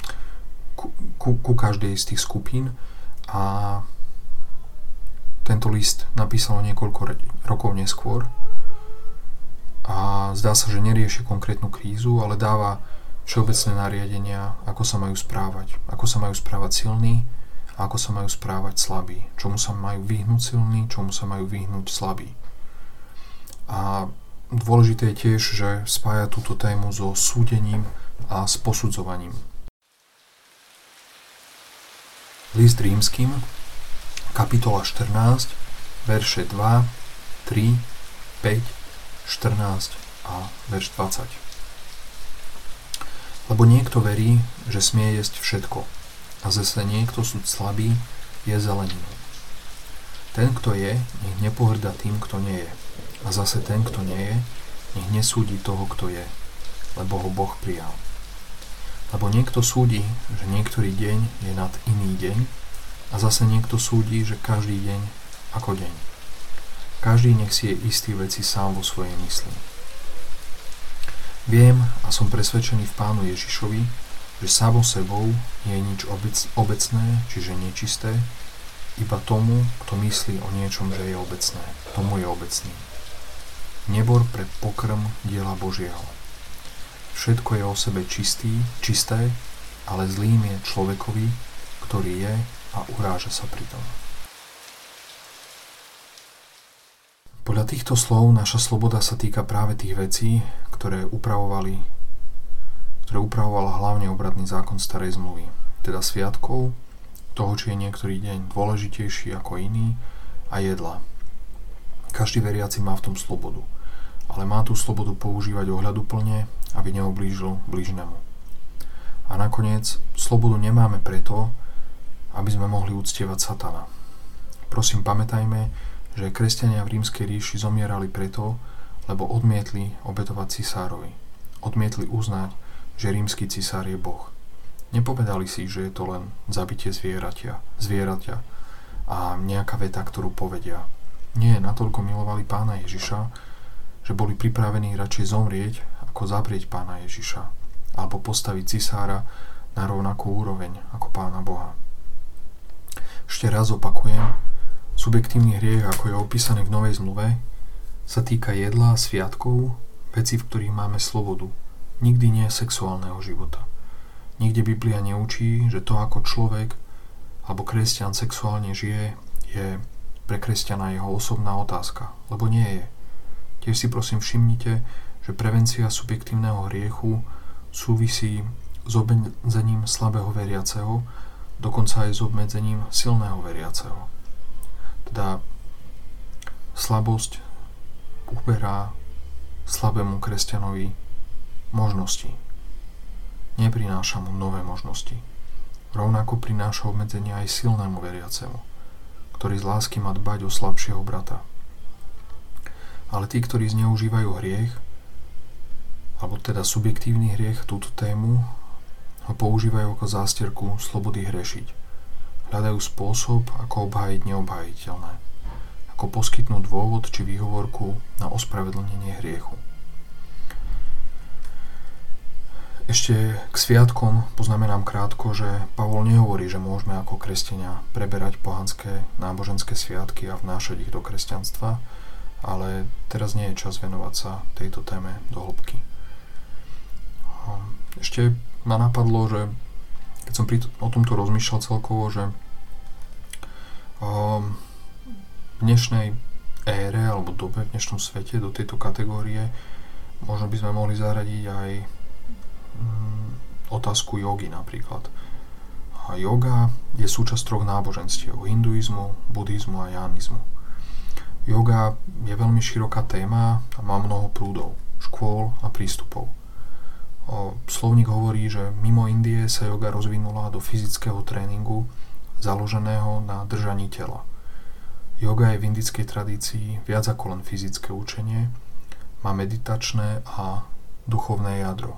ku každej z tých skupín, a tento list napísal niekoľko rokov neskôr a zdá sa, že nerieši konkrétnu krízu, ale dáva všeobecné nariadenia, ako sa majú správať. Ako sa majú správať silní a ako sa majú správať slabí. Čomu sa majú vyhnúť silní, čomu sa majú vyhnúť slabí. A dôležité je tiež, že spája túto tému so súdením a s posudzovaním. List Rímskym, kapitola 14, verše 2, 3, 5, 14 a verš 20. Lebo niekto verí, že smie jesť všetko, a zase niekto sú slabý, je zeleninu. Ten, kto je, nech nepohrda tým, kto nie je. A zase ten, kto nie je, nech nesúdi toho, kto je, lebo ho Boh prijal. Lebo niekto súdi, že niektorý deň je nad iný deň, a zase niekto súdi, že každý deň ako deň. Každý nech si je istý veci sám vo svojej mysli. Viem a som presvedčený v Pánu Ježišovi, že samo sebou nie je nič obecné, čiže nečisté, iba tomu, kto myslí o niečom, že je obecné, tomu je obecný. Nebor pre pokrm diela Božieho. Všetko je o sebe čisté, ale zlým je človekovi, ktorý je a uráža sa pri tom. Podľa týchto slov naša sloboda sa týka práve tých vecí, ktoré upravovala hlavne obradný zákon starej zmluvy, teda sviatkov, toho, či je niektorý deň dôležitejší ako iný, a jedla. Každý veriaci má v tom slobodu, ale má tú slobodu používať ohľaduplne, aby neublížil blížnemu. A nakoniec, slobodu nemáme preto, aby sme mohli uctievať satana. Prosím, pamätajme, že kresťania v Rímskej ríši zomierali preto, lebo odmietli obetovať cisárovi. Odmietli uznať, že rímsky cisár je Boh. Nepovedali si, že je to len zabitie zvieratia a nejaká veta, ktorú povedia. Nie, natoľko milovali Pána Ježiša, že boli pripravení radšej zomrieť, ako zaprieť Pána Ježiša, alebo postaviť cisára na rovnakú úroveň ako Pána Boha. Ešte raz opakujem, subjektívny hriech, ako je opísaný v Novej zmluve, sa týka jedla, sviatkov, vecí, v ktorých máme slobodu. Nikdy nie sexuálneho života. Nikde Biblia neučí, že to, ako človek alebo kresťan sexuálne žije, je pre kresťana jeho osobná otázka, lebo nie je. Tiež si prosím všimnite, že prevencia subjektívneho hriechu súvisí s obmedzením slabého veriaceho, dokonca aj s obmedzením silného veriaceho. Teda slabosť uberá slabému kresťanovi možnosti. Neprináša mu nové možnosti. Rovnako prináša obmedzenia aj silnému veriacemu, ktorý z lásky má dbať o slabšieho brata. Ale tí, ktorí zneužívajú hriech, alebo teda subjektívny hriech, túto tému, ho používajú ako zásterku slobody hrešiť. Hľadajú spôsob, ako obhájiť neobhájiteľné. Ako poskytnúť dôvod či výhovorku na ospravedlnenie hriechu. Ešte k sviatkom poznamenám krátko, že Pavol nehovorí, že môžeme ako kresťania preberať pohanské náboženské sviatky a vnášať ich do kresťanstva, ale teraz nie je čas venovať sa tejto téme do hĺbky. Ešte ma napadlo, že keď som o tomto rozmýšľal celkovo, že v dnešnej ére alebo dobe, v dnešnom svete do tejto kategórie možno by sme mohli zaradiť aj otázku jogy napríklad. A joga je súčasť troch náboženstiev: hinduizmu, buddhizmu a janizmu. Joga je veľmi široká téma a má mnoho prúdov, škôl a prístupov. Slovník hovorí, že mimo Indie sa joga rozvinula do fyzického tréningu založeného na držaní tela. Joga je v indickej tradícii viac ako len fyzické učenie, má meditačné a duchovné jadro.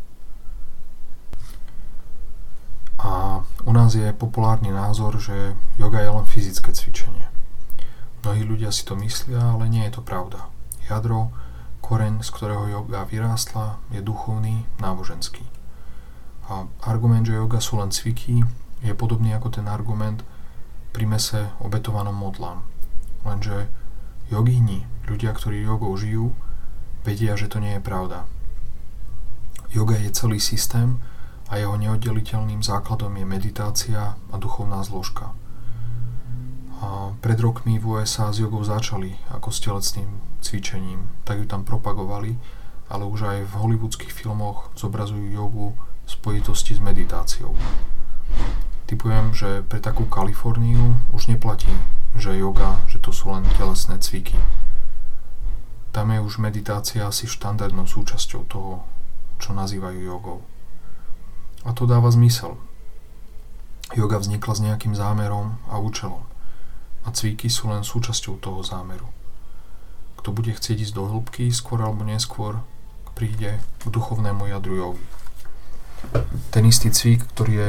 A u nás je populárny názor, že joga je len fyzické cvičenie. Mnohí ľudia si to myslia, ale nie je to pravda. Jadro, koreň, z ktorého joga vyrástla, je duchovný, náboženský. A argument, že joga sú len cviky, je podobný ako ten argument pri mese obetovanom modlám. Lenže jogíni, ľudia, ktorí jogou žijú, vedia, že to nie je pravda. Joga je celý systém a jeho neoddeliteľným základom je meditácia a duchovná zložka. A pred rokmi v USA s jogou začali ako s telesným cvičením, tak ju tam propagovali, ale už aj v hollywoodských filmoch zobrazujú jogu v spojitosti s meditáciou. Tipujem, že pre takú Kaliforniu už neplatí, že joga, že to sú len telesné cviky. tam je už meditácia asi štandardnou súčasťou toho, čo nazývajú jogou. A to dáva zmysel. Joga vznikla s nejakým zámerom a účelom. A cviky sú len súčasťou toho zámeru. Kto bude chcieť ísť do hĺbky, skôr alebo neskôr príde k duchovnému jadru jogy. Ten istý cvik, ktorý je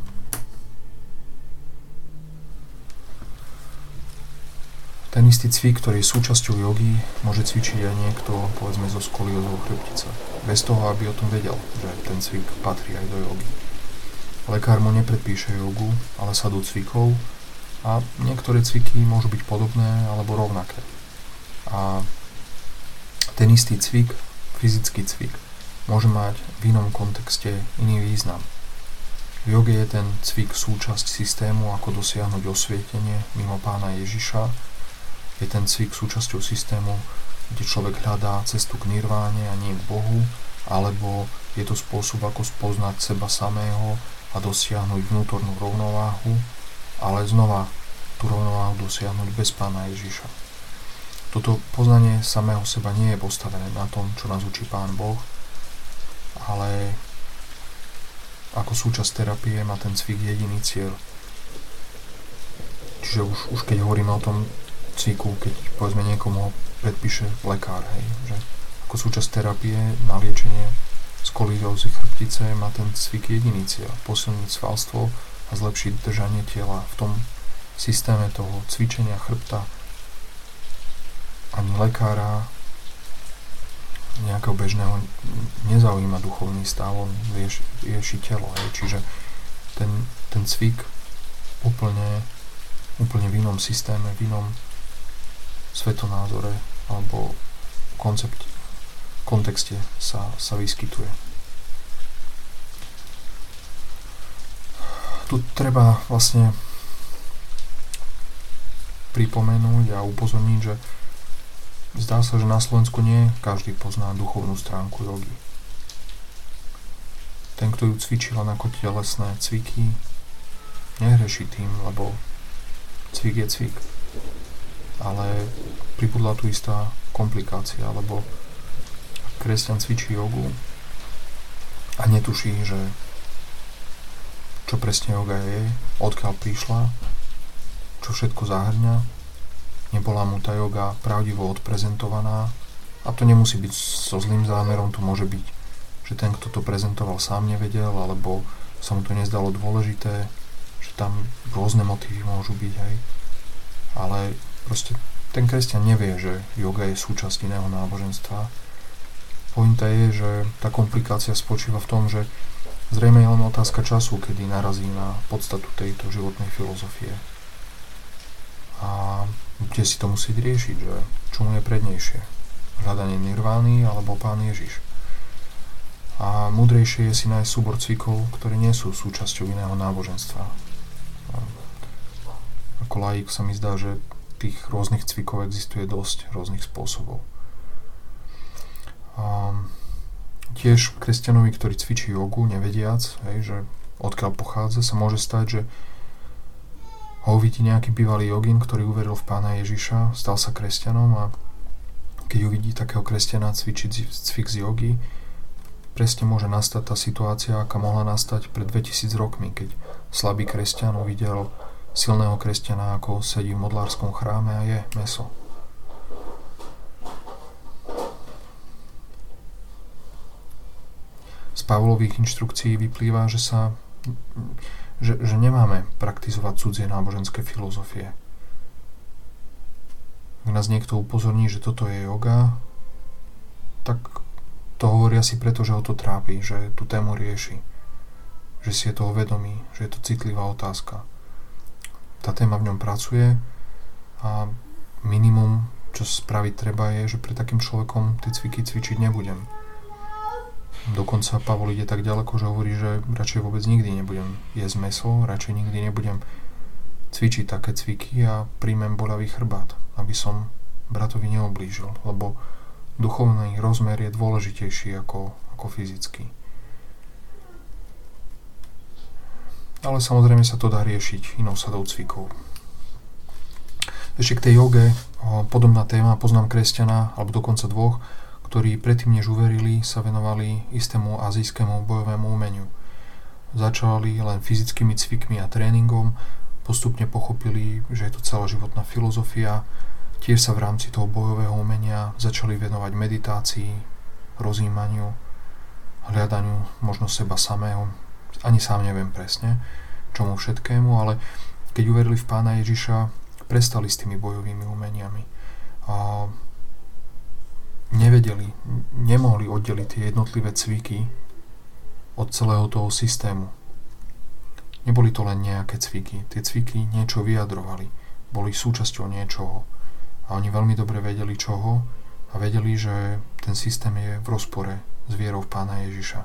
súčasťou jogy, môže cvičiť aj niekto, povedzme, zo skoliózou chrbtice. Bez toho, aby o tom vedel, že ten cvik patrí aj do jogy. Lekár mu nepredpíše jogu, ale sadu cvikov a niektoré cviky môžu byť podobné alebo rovnaké. A ten istý cvik, fyzický cvik, môže mať v inom kontexte iný význam. V joge je ten cvik súčasť systému, ako dosiahnuť osvietenie mimo Pána Ježiša. Je ten cvik súčasťou systému, kde človek hľadá cestu k nirváne a nie k Bohu, alebo je to spôsob, ako spoznať seba samého a dosiahnuť vnútornú rovnováhu, ale znova tú rovnováhu dosiahnuť bez Pána Ježiša. Toto poznanie samého seba nie je postavené na tom, čo nás učí Pán Boh, ale ako súčasť terapie má ten cvik jediný cieľ. Čiže už keď hovoríme o tom cviku, keď povedzme niekomu predpíše lekár, hej, že ako súčasť terapie na liečenie skoliózy chrbtice má ten cvik jediný cieľ, posilniť svalstvo a zlepšiť držanie tela. V tom systéme toho cvičenia chrbta ani lekára nejakého bežného nezaujíma duchovný stav, on rieši telo. Čiže ten cvik úplne v inom systéme, v inom svetonázore alebo kontexte sa vyskytuje. Tu treba vlastne pripomenúť a upozorniť, že zdá sa, že na Slovensku nie každý pozná duchovnú stránku jogy. Ten, kto ju cvičí len ako telesné cviky, nehreší tým, lebo cvik je cvik. Ale pribudla tu istá komplikácia, lebo kresťan cvičí jogu a netuší, že čo presne joga je, odkiaľ prišla, čo všetko zahŕňa. Nebola mu tá joga pravdivo odprezentovaná a to nemusí byť so zlým zámerom, to môže byť, že ten, kto to prezentoval, sám nevedel, alebo sa mu to nezdalo dôležité, že tam rôzne motívy môžu byť, hej. Ale proste ten kresťan nevie, že joga je súčasť iného náboženstva. Pointa je, že tá komplikácia spočíva v tom, že zrejme je len otázka času, kedy narazí na podstatu tejto životnej filozofie. A bude si to musieť riešiť, že čo mu je prednejšie. Hľadanie nirvány alebo Pán Ježiš. A múdrejšie je si nájsť súbor cvikov, ktoré nie sú súčasťou iného náboženstva. Ako laik sa mi zdá, že tých rôznych cvikov existuje dosť rôznych spôsobov. Tiež kresťanovi, ktorý cvičí jogu, nevediac, že odkiaľ pochádza, sa môže stať, že ho uvidí nejaký bývalý jogín, ktorý uveril v Pána Ježiša, stal sa kresťanom a keď uvidí takého kresťana cvičiť cvik z jogy, presne môže nastať tá situácia, aká mohla nastať pred 2000 rokmi, keď slabý kresťan uvidel silného kresťana, ako sedí v modlárskom chráme a je mäso. Z Pavlových inštrukcií vyplýva, že nemáme praktizovať cudzie náboženské filozofie. Ak nás niekto upozorní, že toto je joga, tak to hovorí asi preto, že ho to trápi, že tú tému rieši, že si je toho vedomý, že je to citlivá otázka. Tá téma v ňom pracuje a minimum, čo spraviť treba, je, že pre takým človekom tie cviky cvičiť nebudem. Dokonca Pavol ide tak ďaleko, že hovorí, že radšej vôbec nikdy nebudem jesť mäso, radšej nikdy nebudem cvičiť také cviky a príjmem boľavý chrbát, aby som bratovi neoblížil, lebo duchovný rozmer je dôležitejší ako fyzický. Ale samozrejme sa to dá riešiť inou sadou cvikov. Ešte k tej joge, podobná téma, poznám kresťana, alebo dokonca dvoch, ktorí predtým, než uverili, sa venovali istému azijskému bojovému umeniu. Začali len fyzickými cvikmi a tréningom, postupne pochopili, že je to celá životná filozofia, tiež sa v rámci toho bojového umenia začali venovať meditácii, rozjímaniu, hľadaniu možno seba samého, ani sám neviem presne, čomu všetkému, ale keď uverili v Pána Ježiša, prestali s tými bojovými umeniami. A nemohli oddeliť tie jednotlivé cviky od celého toho systému. Neboli to len nejaké cviky. Tie cviky niečo vyjadrovali. Boli súčasťou niečoho. A oni veľmi dobre vedeli čoho a vedeli, že ten systém je v rozpore s vierou v Pána Ježiša.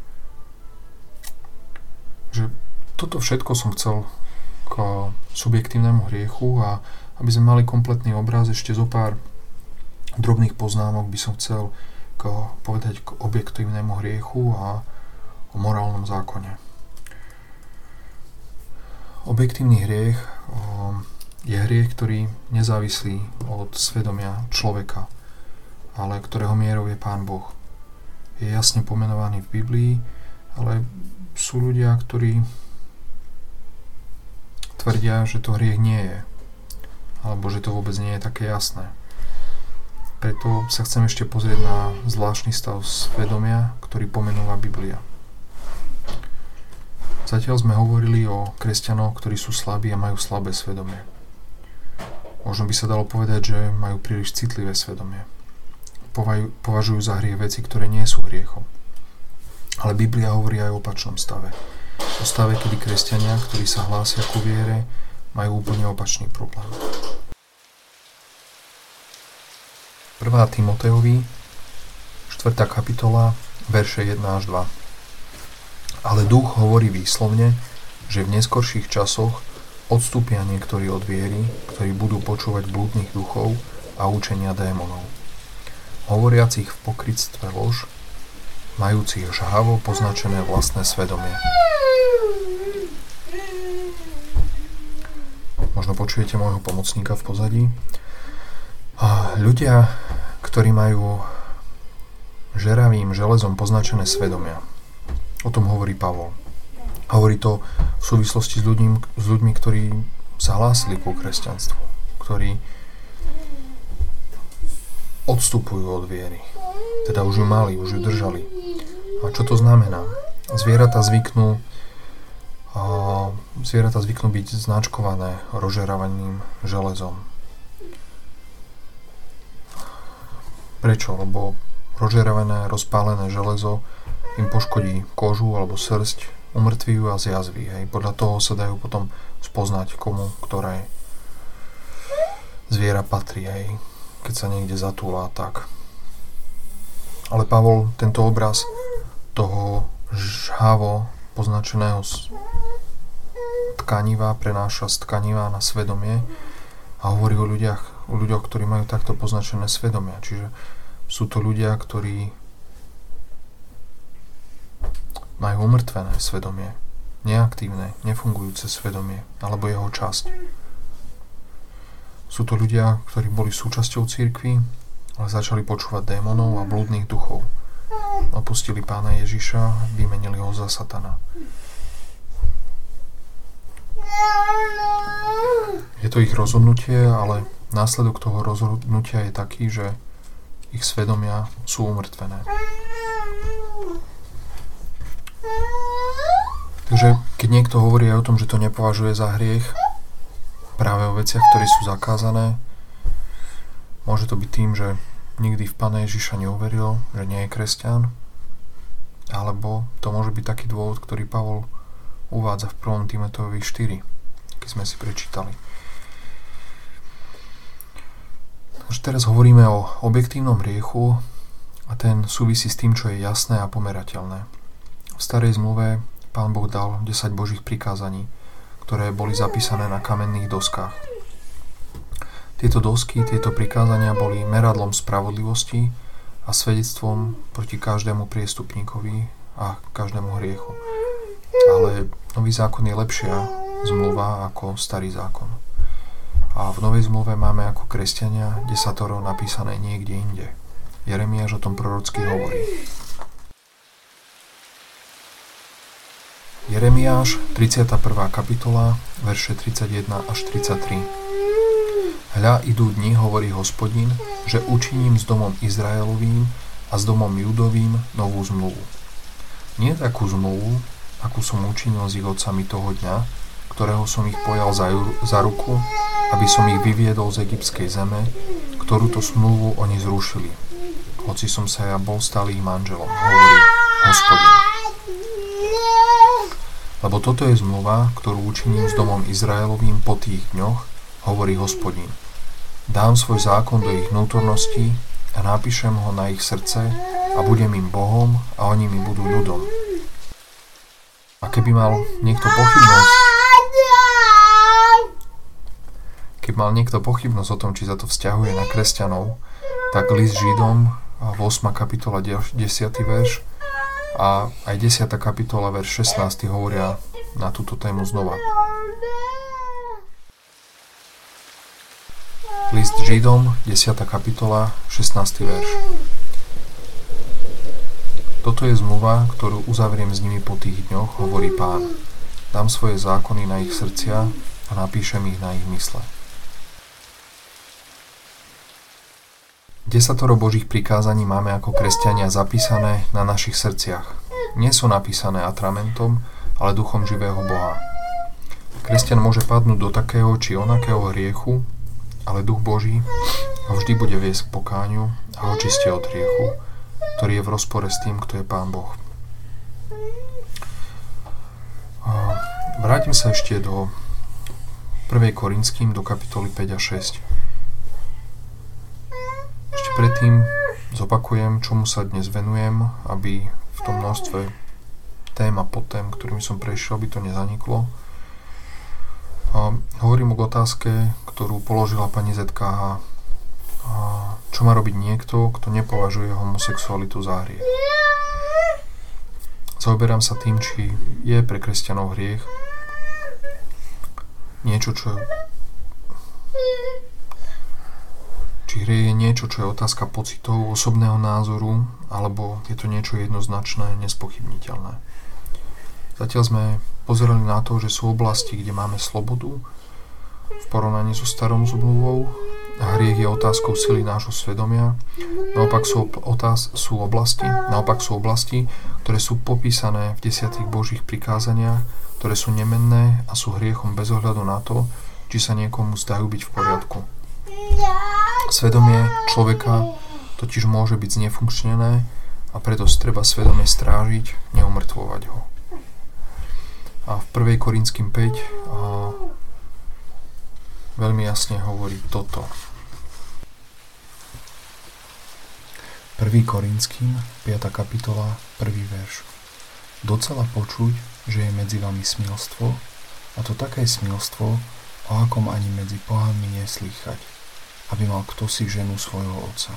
Že toto všetko som chcel k subjektívnemu hriechu a aby sme mali kompletný obraz, ešte zo pár drobných poznámok by som chcel povedať k objektívnemu hriechu a o morálnom zákone. Objektívny hriech je hriech, ktorý nezávislí od svedomia človeka, ale ktorého mierou je Pán Boh. Je jasne pomenovaný v Biblii, ale sú ľudia, ktorí tvrdia, že to hriech nie je, alebo že to vôbec nie je také jasné. Preto sa chcem ešte pozrieť na zvláštny stav svedomia, ktorý pomenúva Biblia. Zatiaľ sme hovorili o kresťanoch, ktorí sú slabí a majú slabé svedomie. Možno by sa dalo povedať, že majú príliš citlivé svedomie. Považujú za hriech veci, ktoré nie sú hriechom. Ale Biblia hovorí aj o opačnom stave. O stave, kedy kresťania, ktorí sa hlásia ku viere, majú úplne opačný problém. 1. Timotejovi, 4. kapitola, verše 1 až 2. Ale Duch hovorí výslovne, že v neskorších časoch odstúpia niektorí od viery, ktorí budú počúvať blúdnych duchov a učenia démonov. Hovoriacich v pokrytstve lož, majúcich žhavo poznačené vlastné svedomie. Možno počujete môjho pomocníka v pozadí. Ľudia, ktorí majú žeravým železom poznačené svedomia. O tom hovorí Pavol. Hovorí to v súvislosti s ľuďmi, ktorí sa hlásili ku kresťanstvu, ktorí odstupujú od viery. Teda už ju mali, už ju držali. A čo to znamená? Zvieratá zvyknú byť značkované rozžeravaným železom. Prečo? Lebo rozžeravené, rozpálené železo im poškodí kožu alebo srsť, umrtví ju a zjazví. Podľa toho sa dajú potom spoznať, komu ktoré zviera patrí, keď sa niekde zatúla tak. Ale Pavol tento obraz toho žhavo poznačeného tkaniva prenáša z tkaniva na svedomie a hovorí o ľuďoch, ktorí majú takto poznačené svedomia. Čiže sú to ľudia, ktorí majú umrtvené svedomie, neaktívne, nefungujúce svedomie, alebo jeho časť. Sú to ľudia, ktorí boli súčasťou cirkvi, ale začali počúvať démonov a blúdnych duchov. Opustili Pána Ježiša, vymenili ho za satana. Je to ich rozhodnutie, ale následok toho rozhodnutia je taký, že ich svedomia sú umrtvené. Takže keď niekto hovorí aj o tom, že to nepovažuje za hriech, práve o veciach, ktoré sú zakázané, môže to byť tým, že nikdy v Pána Ježiša neuveril, že nie je kresťan, alebo to môže byť taký dôvod, ktorý Pavol uvádza v 1. Timotejovi 4, keď sme si prečítali. Takže teraz hovoríme o objektívnom hriechu a ten súvisí s tým, čo je jasné a pomerateľné. V starej zmluve Pán Boh dal 10 Božích prikázaní, ktoré boli zapísané na kamenných doskách. Tieto dosky, tieto prikázania boli meradlom spravodlivosti a svedectvom proti každému priestupníkovi a každému hriechu. Ale nový zákon je lepšia zmluva ako starý zákon. A v Novej zmluve máme ako kresťania desatoro napísané niekde inde. Jeremiáš o tom prorocky hovorí. Jeremiáš, 31. kapitola, verše 31 až 33. Hľa, idú dni, hovorí Hospodin, že učiním s domom Izraelovým a s domom Judovým novú zmluvu. Nie takú zmluvu, akú som učinil s ich otcami toho dňa, ktorého som ich pojal za ruku, aby som ich vyviedol z egyptskej zeme, ktorú to zmluvu oni zrušili. Hoci som sa ja bol stále ich manželom, hovorí Hospodin. Lebo toto je zmluva, ktorú učiním s domom Izraelovým po tých dňoch, hovorí Hospodin. Dám svoj zákon do ich vnútorností a napíšem ho na ich srdce a budem im Bohom a oni mi budú ľudom. A keby mal niekto pochybnosť o tom, či sa to vzťahuje na kresťanov, tak list Židom, 8. kapitola, 10. verš a aj 10. kapitola, verš 16. hovoria na túto tému znova. List Židom, 10. kapitola, 16. verš. Toto je zmluva, ktorú uzavriem s nimi po tých dňoch, hovorí Pán. Dám svoje zákony na ich srdcia a napíšem ich na ich mysle. Desatoro Božích prikázaní máme ako kresťania zapísané na našich srdciach. Nie sú napísané atramentom, ale duchom živého Boha. Kresťan môže padnúť do takého či onakého hriechu, ale duch Boží ho vždy bude viesť k pokániu a očistí od hriechu, ktorý je v rozpore s tým, kto je Pán Boh. Vrátim sa ešte do 1. Korinským, do kapitoly 5 a 6. Ešte predtým zopakujem, čomu sa dnes venujem, aby v tom množstve tém a podtém, ktorými som prešiel, by to nezaniklo. Hovorím o otázke, ktorú položila pani ZKH. Čo má robiť niekto, kto nepovažuje homosexualitu za hriech? Zaoberám sa tým, či je pre kresťanov hriech niečo, či hriech je niečo, čo je otázka pocitov, osobného názoru, alebo je to niečo jednoznačné, nespochybniteľné. Zatiaľ sme pozerali na to, že sú oblasti, kde máme slobodu v porovnaní so starou zmluvou a hriech je otázkou sily nášho svedomia. Naopak sú oblasti, ktoré sú popísané v 10 Božích prikázaniach, ktoré sú nemenné a sú hriechom bez ohľadu na to, či sa niekomu zdajú byť v poriadku. Svedomie človeka totiž môže byť znefunkčnené a preto treba svedomie strážiť, neumrtvovať ho. A v 1. Korinským 5 veľmi jasne hovorí toto. 1. Korinským, 5. kapitola, 1. verš. Docela počuť, že je medzi vami smilstvo, a to také smilstvo, o akom ani medzi pohanmi neslýchať, aby mal kto si ženu svojho otca.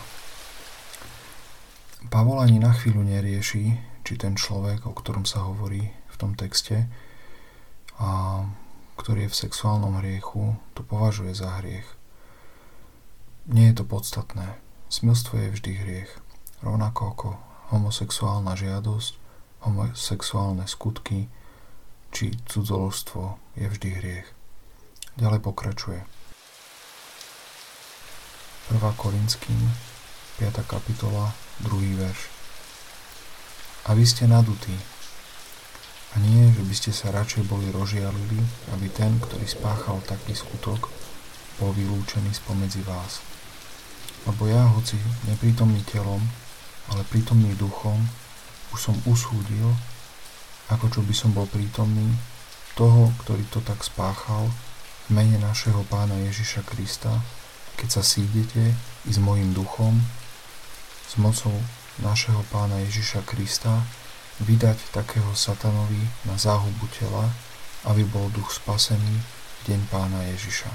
Pavol ani na chvíľu nerieši, či ten človek, o ktorom sa hovorí v tom texte, a ktorý je v sexuálnom hriechu, to považuje za hriech. Nie je to podstatné. Smilstvo je vždy hriech. Rovnako ako homosexuálna žiadosť, homosexuálne skutky či cudzoložstvo je vždy hriech. Ďalej pokračuje. 1. Korinským, 5. kapitola, 2. verš. A vy ste nadutí. A nie, že by ste sa radšej boli rozžialili, aby ten, ktorý spáchal taký skutok, bol vylúčený spomedzi vás. Lebo ja, hoci neprítomný telom, ale prítomný duchom, už som usúdil, ako čo by som bol prítomný, toho, ktorý to tak spáchal, v mene našeho Pána Ježiša Krista, keď sa sídete i s mojím duchom, s mocou našeho Pána Ježiša Krista, vydať takého satanovi na záhubu tela, aby bol duch spasený v deň Pána Ježiša.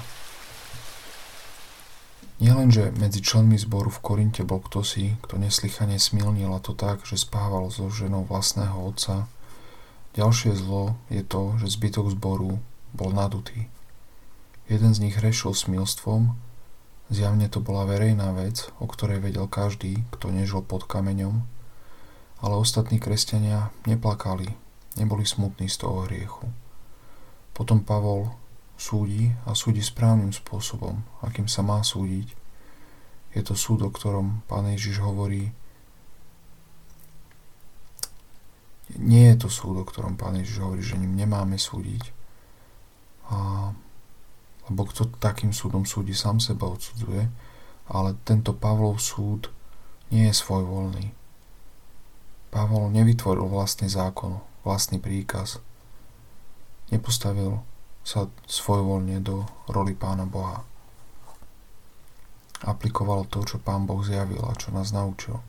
Nielenže medzi členmi zboru v Korinte bol ktosi, kto neslychane smilnil, a to tak, že spával so ženou vlastného otca, ďalšie zlo je to, že zbytok zboru bol nadutý. Jeden z nich hrešil smilstvom, zjavne to bola verejná vec, o ktorej vedel každý, kto nežil pod kameňom, ale ostatní kresťania neplakali, neboli smutní z toho hriechu. Potom Pavol súdi a súdi správnym spôsobom, akým sa má súdiť. Je to súd, o ktorom Pán Ježiš hovorí. Nie je to súd, o ktorom Pán Ježiš hovorí, že ním nemáme súdiť. Lebo kto takým súdom súdi, sám seba odsudzuje. Ale tento Pavlov súd nie je svojvoľný. Pavol nevytvoril vlastný zákon, vlastný príkaz. Nepostavil sa svojvoľne do roli Pána Boha. Aplikoval to, čo Pán Boh zjavil a čo nás naučil.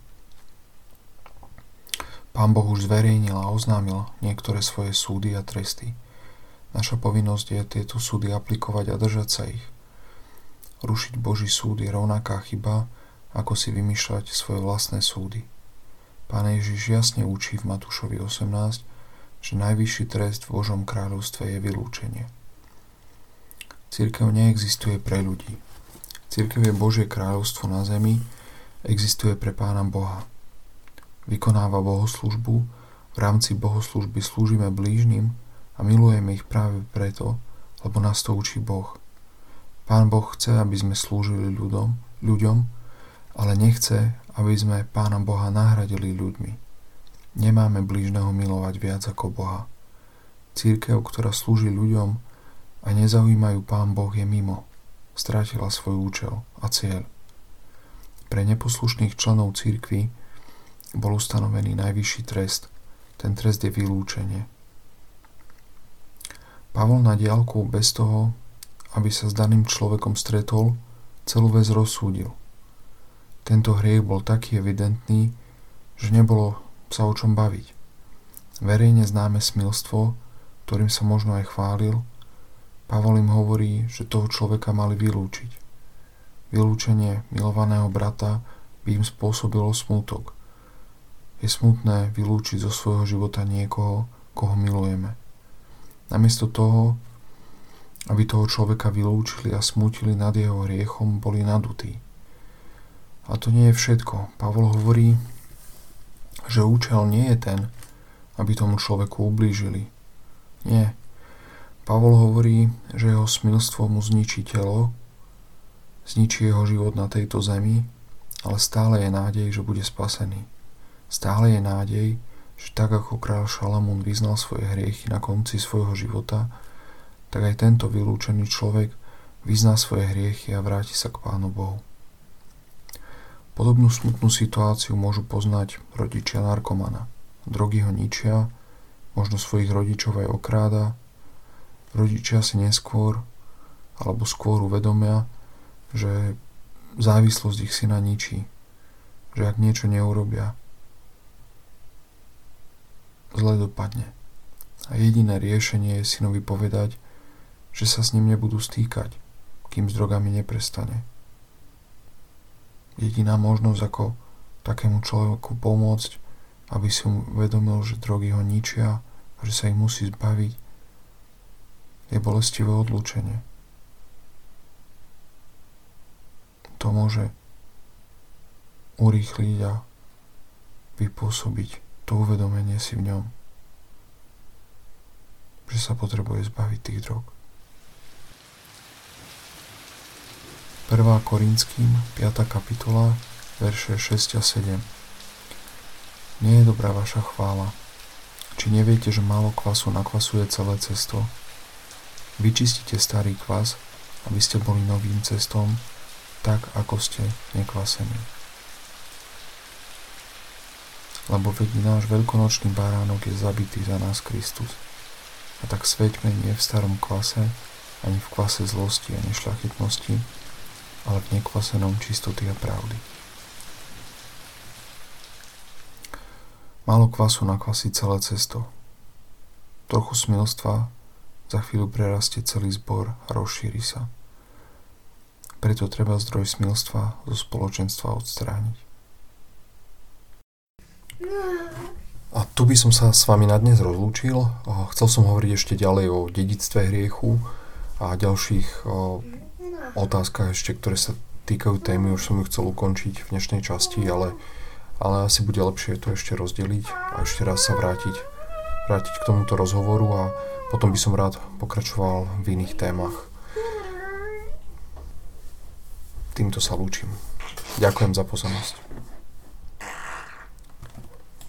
Pán Boh už zverejnil a oznámil niektoré svoje súdy a tresty. Naša povinnosť je tieto súdy aplikovať a držať sa ich. Rušiť Boží súd je rovnaká chyba, ako si vymýšľať svoje vlastné súdy. Pán Ježiš jasne učí v Matúšovi 18, že najvyšší trest v Božom kráľovstve je vylúčenie. Cirkev neexistuje pre ľudí. Cirkev je Božie kráľovstvo na zemi, existuje pre Pána Boha. Vykonáva bohoslužbu, v rámci bohoslužby slúžime blížnym a milujeme ich práve preto, lebo nás to učí Boh. Pán Boh chce, aby sme slúžili ľuďom, ale nechce, aby sme Pána Boha nahradili ľuďmi. Nemáme blížneho milovať viac ako Boha. Cirkev, ktorá slúži ľuďom a nezaujímajú Pán Boh, je mimo. Strátila svoj účel a cieľ. Pre neposlušných členov cirkvi bol ustanovený najvyšší trest. Ten trest je vylúčenie. Pavol na diaľku bez toho, aby sa s daným človekom stretol, celú vec rozsúdil. Tento hriech bol taký evidentný, že nebolo sa o čom baviť. Verejne známe smilstvo, ktorým sa možno aj chválil, Pavol im hovorí, že toho človeka mali vylúčiť. Vylúčenie milovaného brata by im spôsobilo smútok. Je smutné vylúčiť zo svojho života niekoho, koho milujeme. Namiesto toho, aby toho človeka vylúčili a smútili nad jeho hriechom, boli nadutí. A to nie je všetko. Pavol hovorí, že účel nie je ten, aby tomu človeku ublížili. Nie. Pavol hovorí, že jeho smilstvo mu zničí telo, zničí jeho život na tejto zemi, ale stále je nádej, že bude spasený. Stále je nádej, že tak ako kráľ Šalamún vyznal svoje hriechy na konci svojho života, tak aj tento vylúčený človek vyzná svoje hriechy a vráti sa k Pánu Bohu. Podobnú smutnú situáciu môžu poznať rodičia narkomana. Drogy ho ničia, možno svojich rodičov aj okráda. Rodičia si neskôr alebo skôr uvedomia, že závislosť ich syna ničí. Že ak niečo neurobia, zle dopadne. A jediné riešenie je synovi povedať, že sa s ním nebudú stýkať, kým s drogami neprestane. Jediná možnosť, ako takému človeku pomôcť, aby si uvedomil, že drogy ho ničia a že sa ich musí zbaviť, je bolestivé odlúčenie. To môže urýchliť a vypôsobiť to uvedomenie si v ňom, že sa potrebuje zbaviť tých drog. 1. Korinským, 5. kapitola, verše 6 a 7. Nie je dobrá vaša chvála. Či neviete, že málo kvasu nakvasuje celé cesto? Vyčistite starý kvas, aby ste boli novým cestom, tak ako ste nekvasení. Lebo veď náš veľkonočný baránok je zabitý za nás Kristus. A tak sveťme nie v starom kvase, ani v kvase zlosti a nešľachetnosti, ale v nekvasenom čistoty a pravdy. Málo kvasu nakvasí celé cesto. Trochu smilstva za chvíľu prerastie celý zbor a rozšíri sa. Preto treba zdroj smilstva zo spoločenstva odstrániť. A tu by som sa s vami na dnes rozlúčil. Chcel som hovoriť ešte ďalej o dedičstve hriechu a ďalších otázkach ešte, ktoré sa týkajú témy. Už som ju chcel ukončiť v dnešnej časti, ale asi bude lepšie to ešte rozdeliť a ešte raz sa vrátiť k tomuto rozhovoru a potom by som rád pokračoval v iných témach. Týmto sa lúčim. Ďakujem za pozornosť.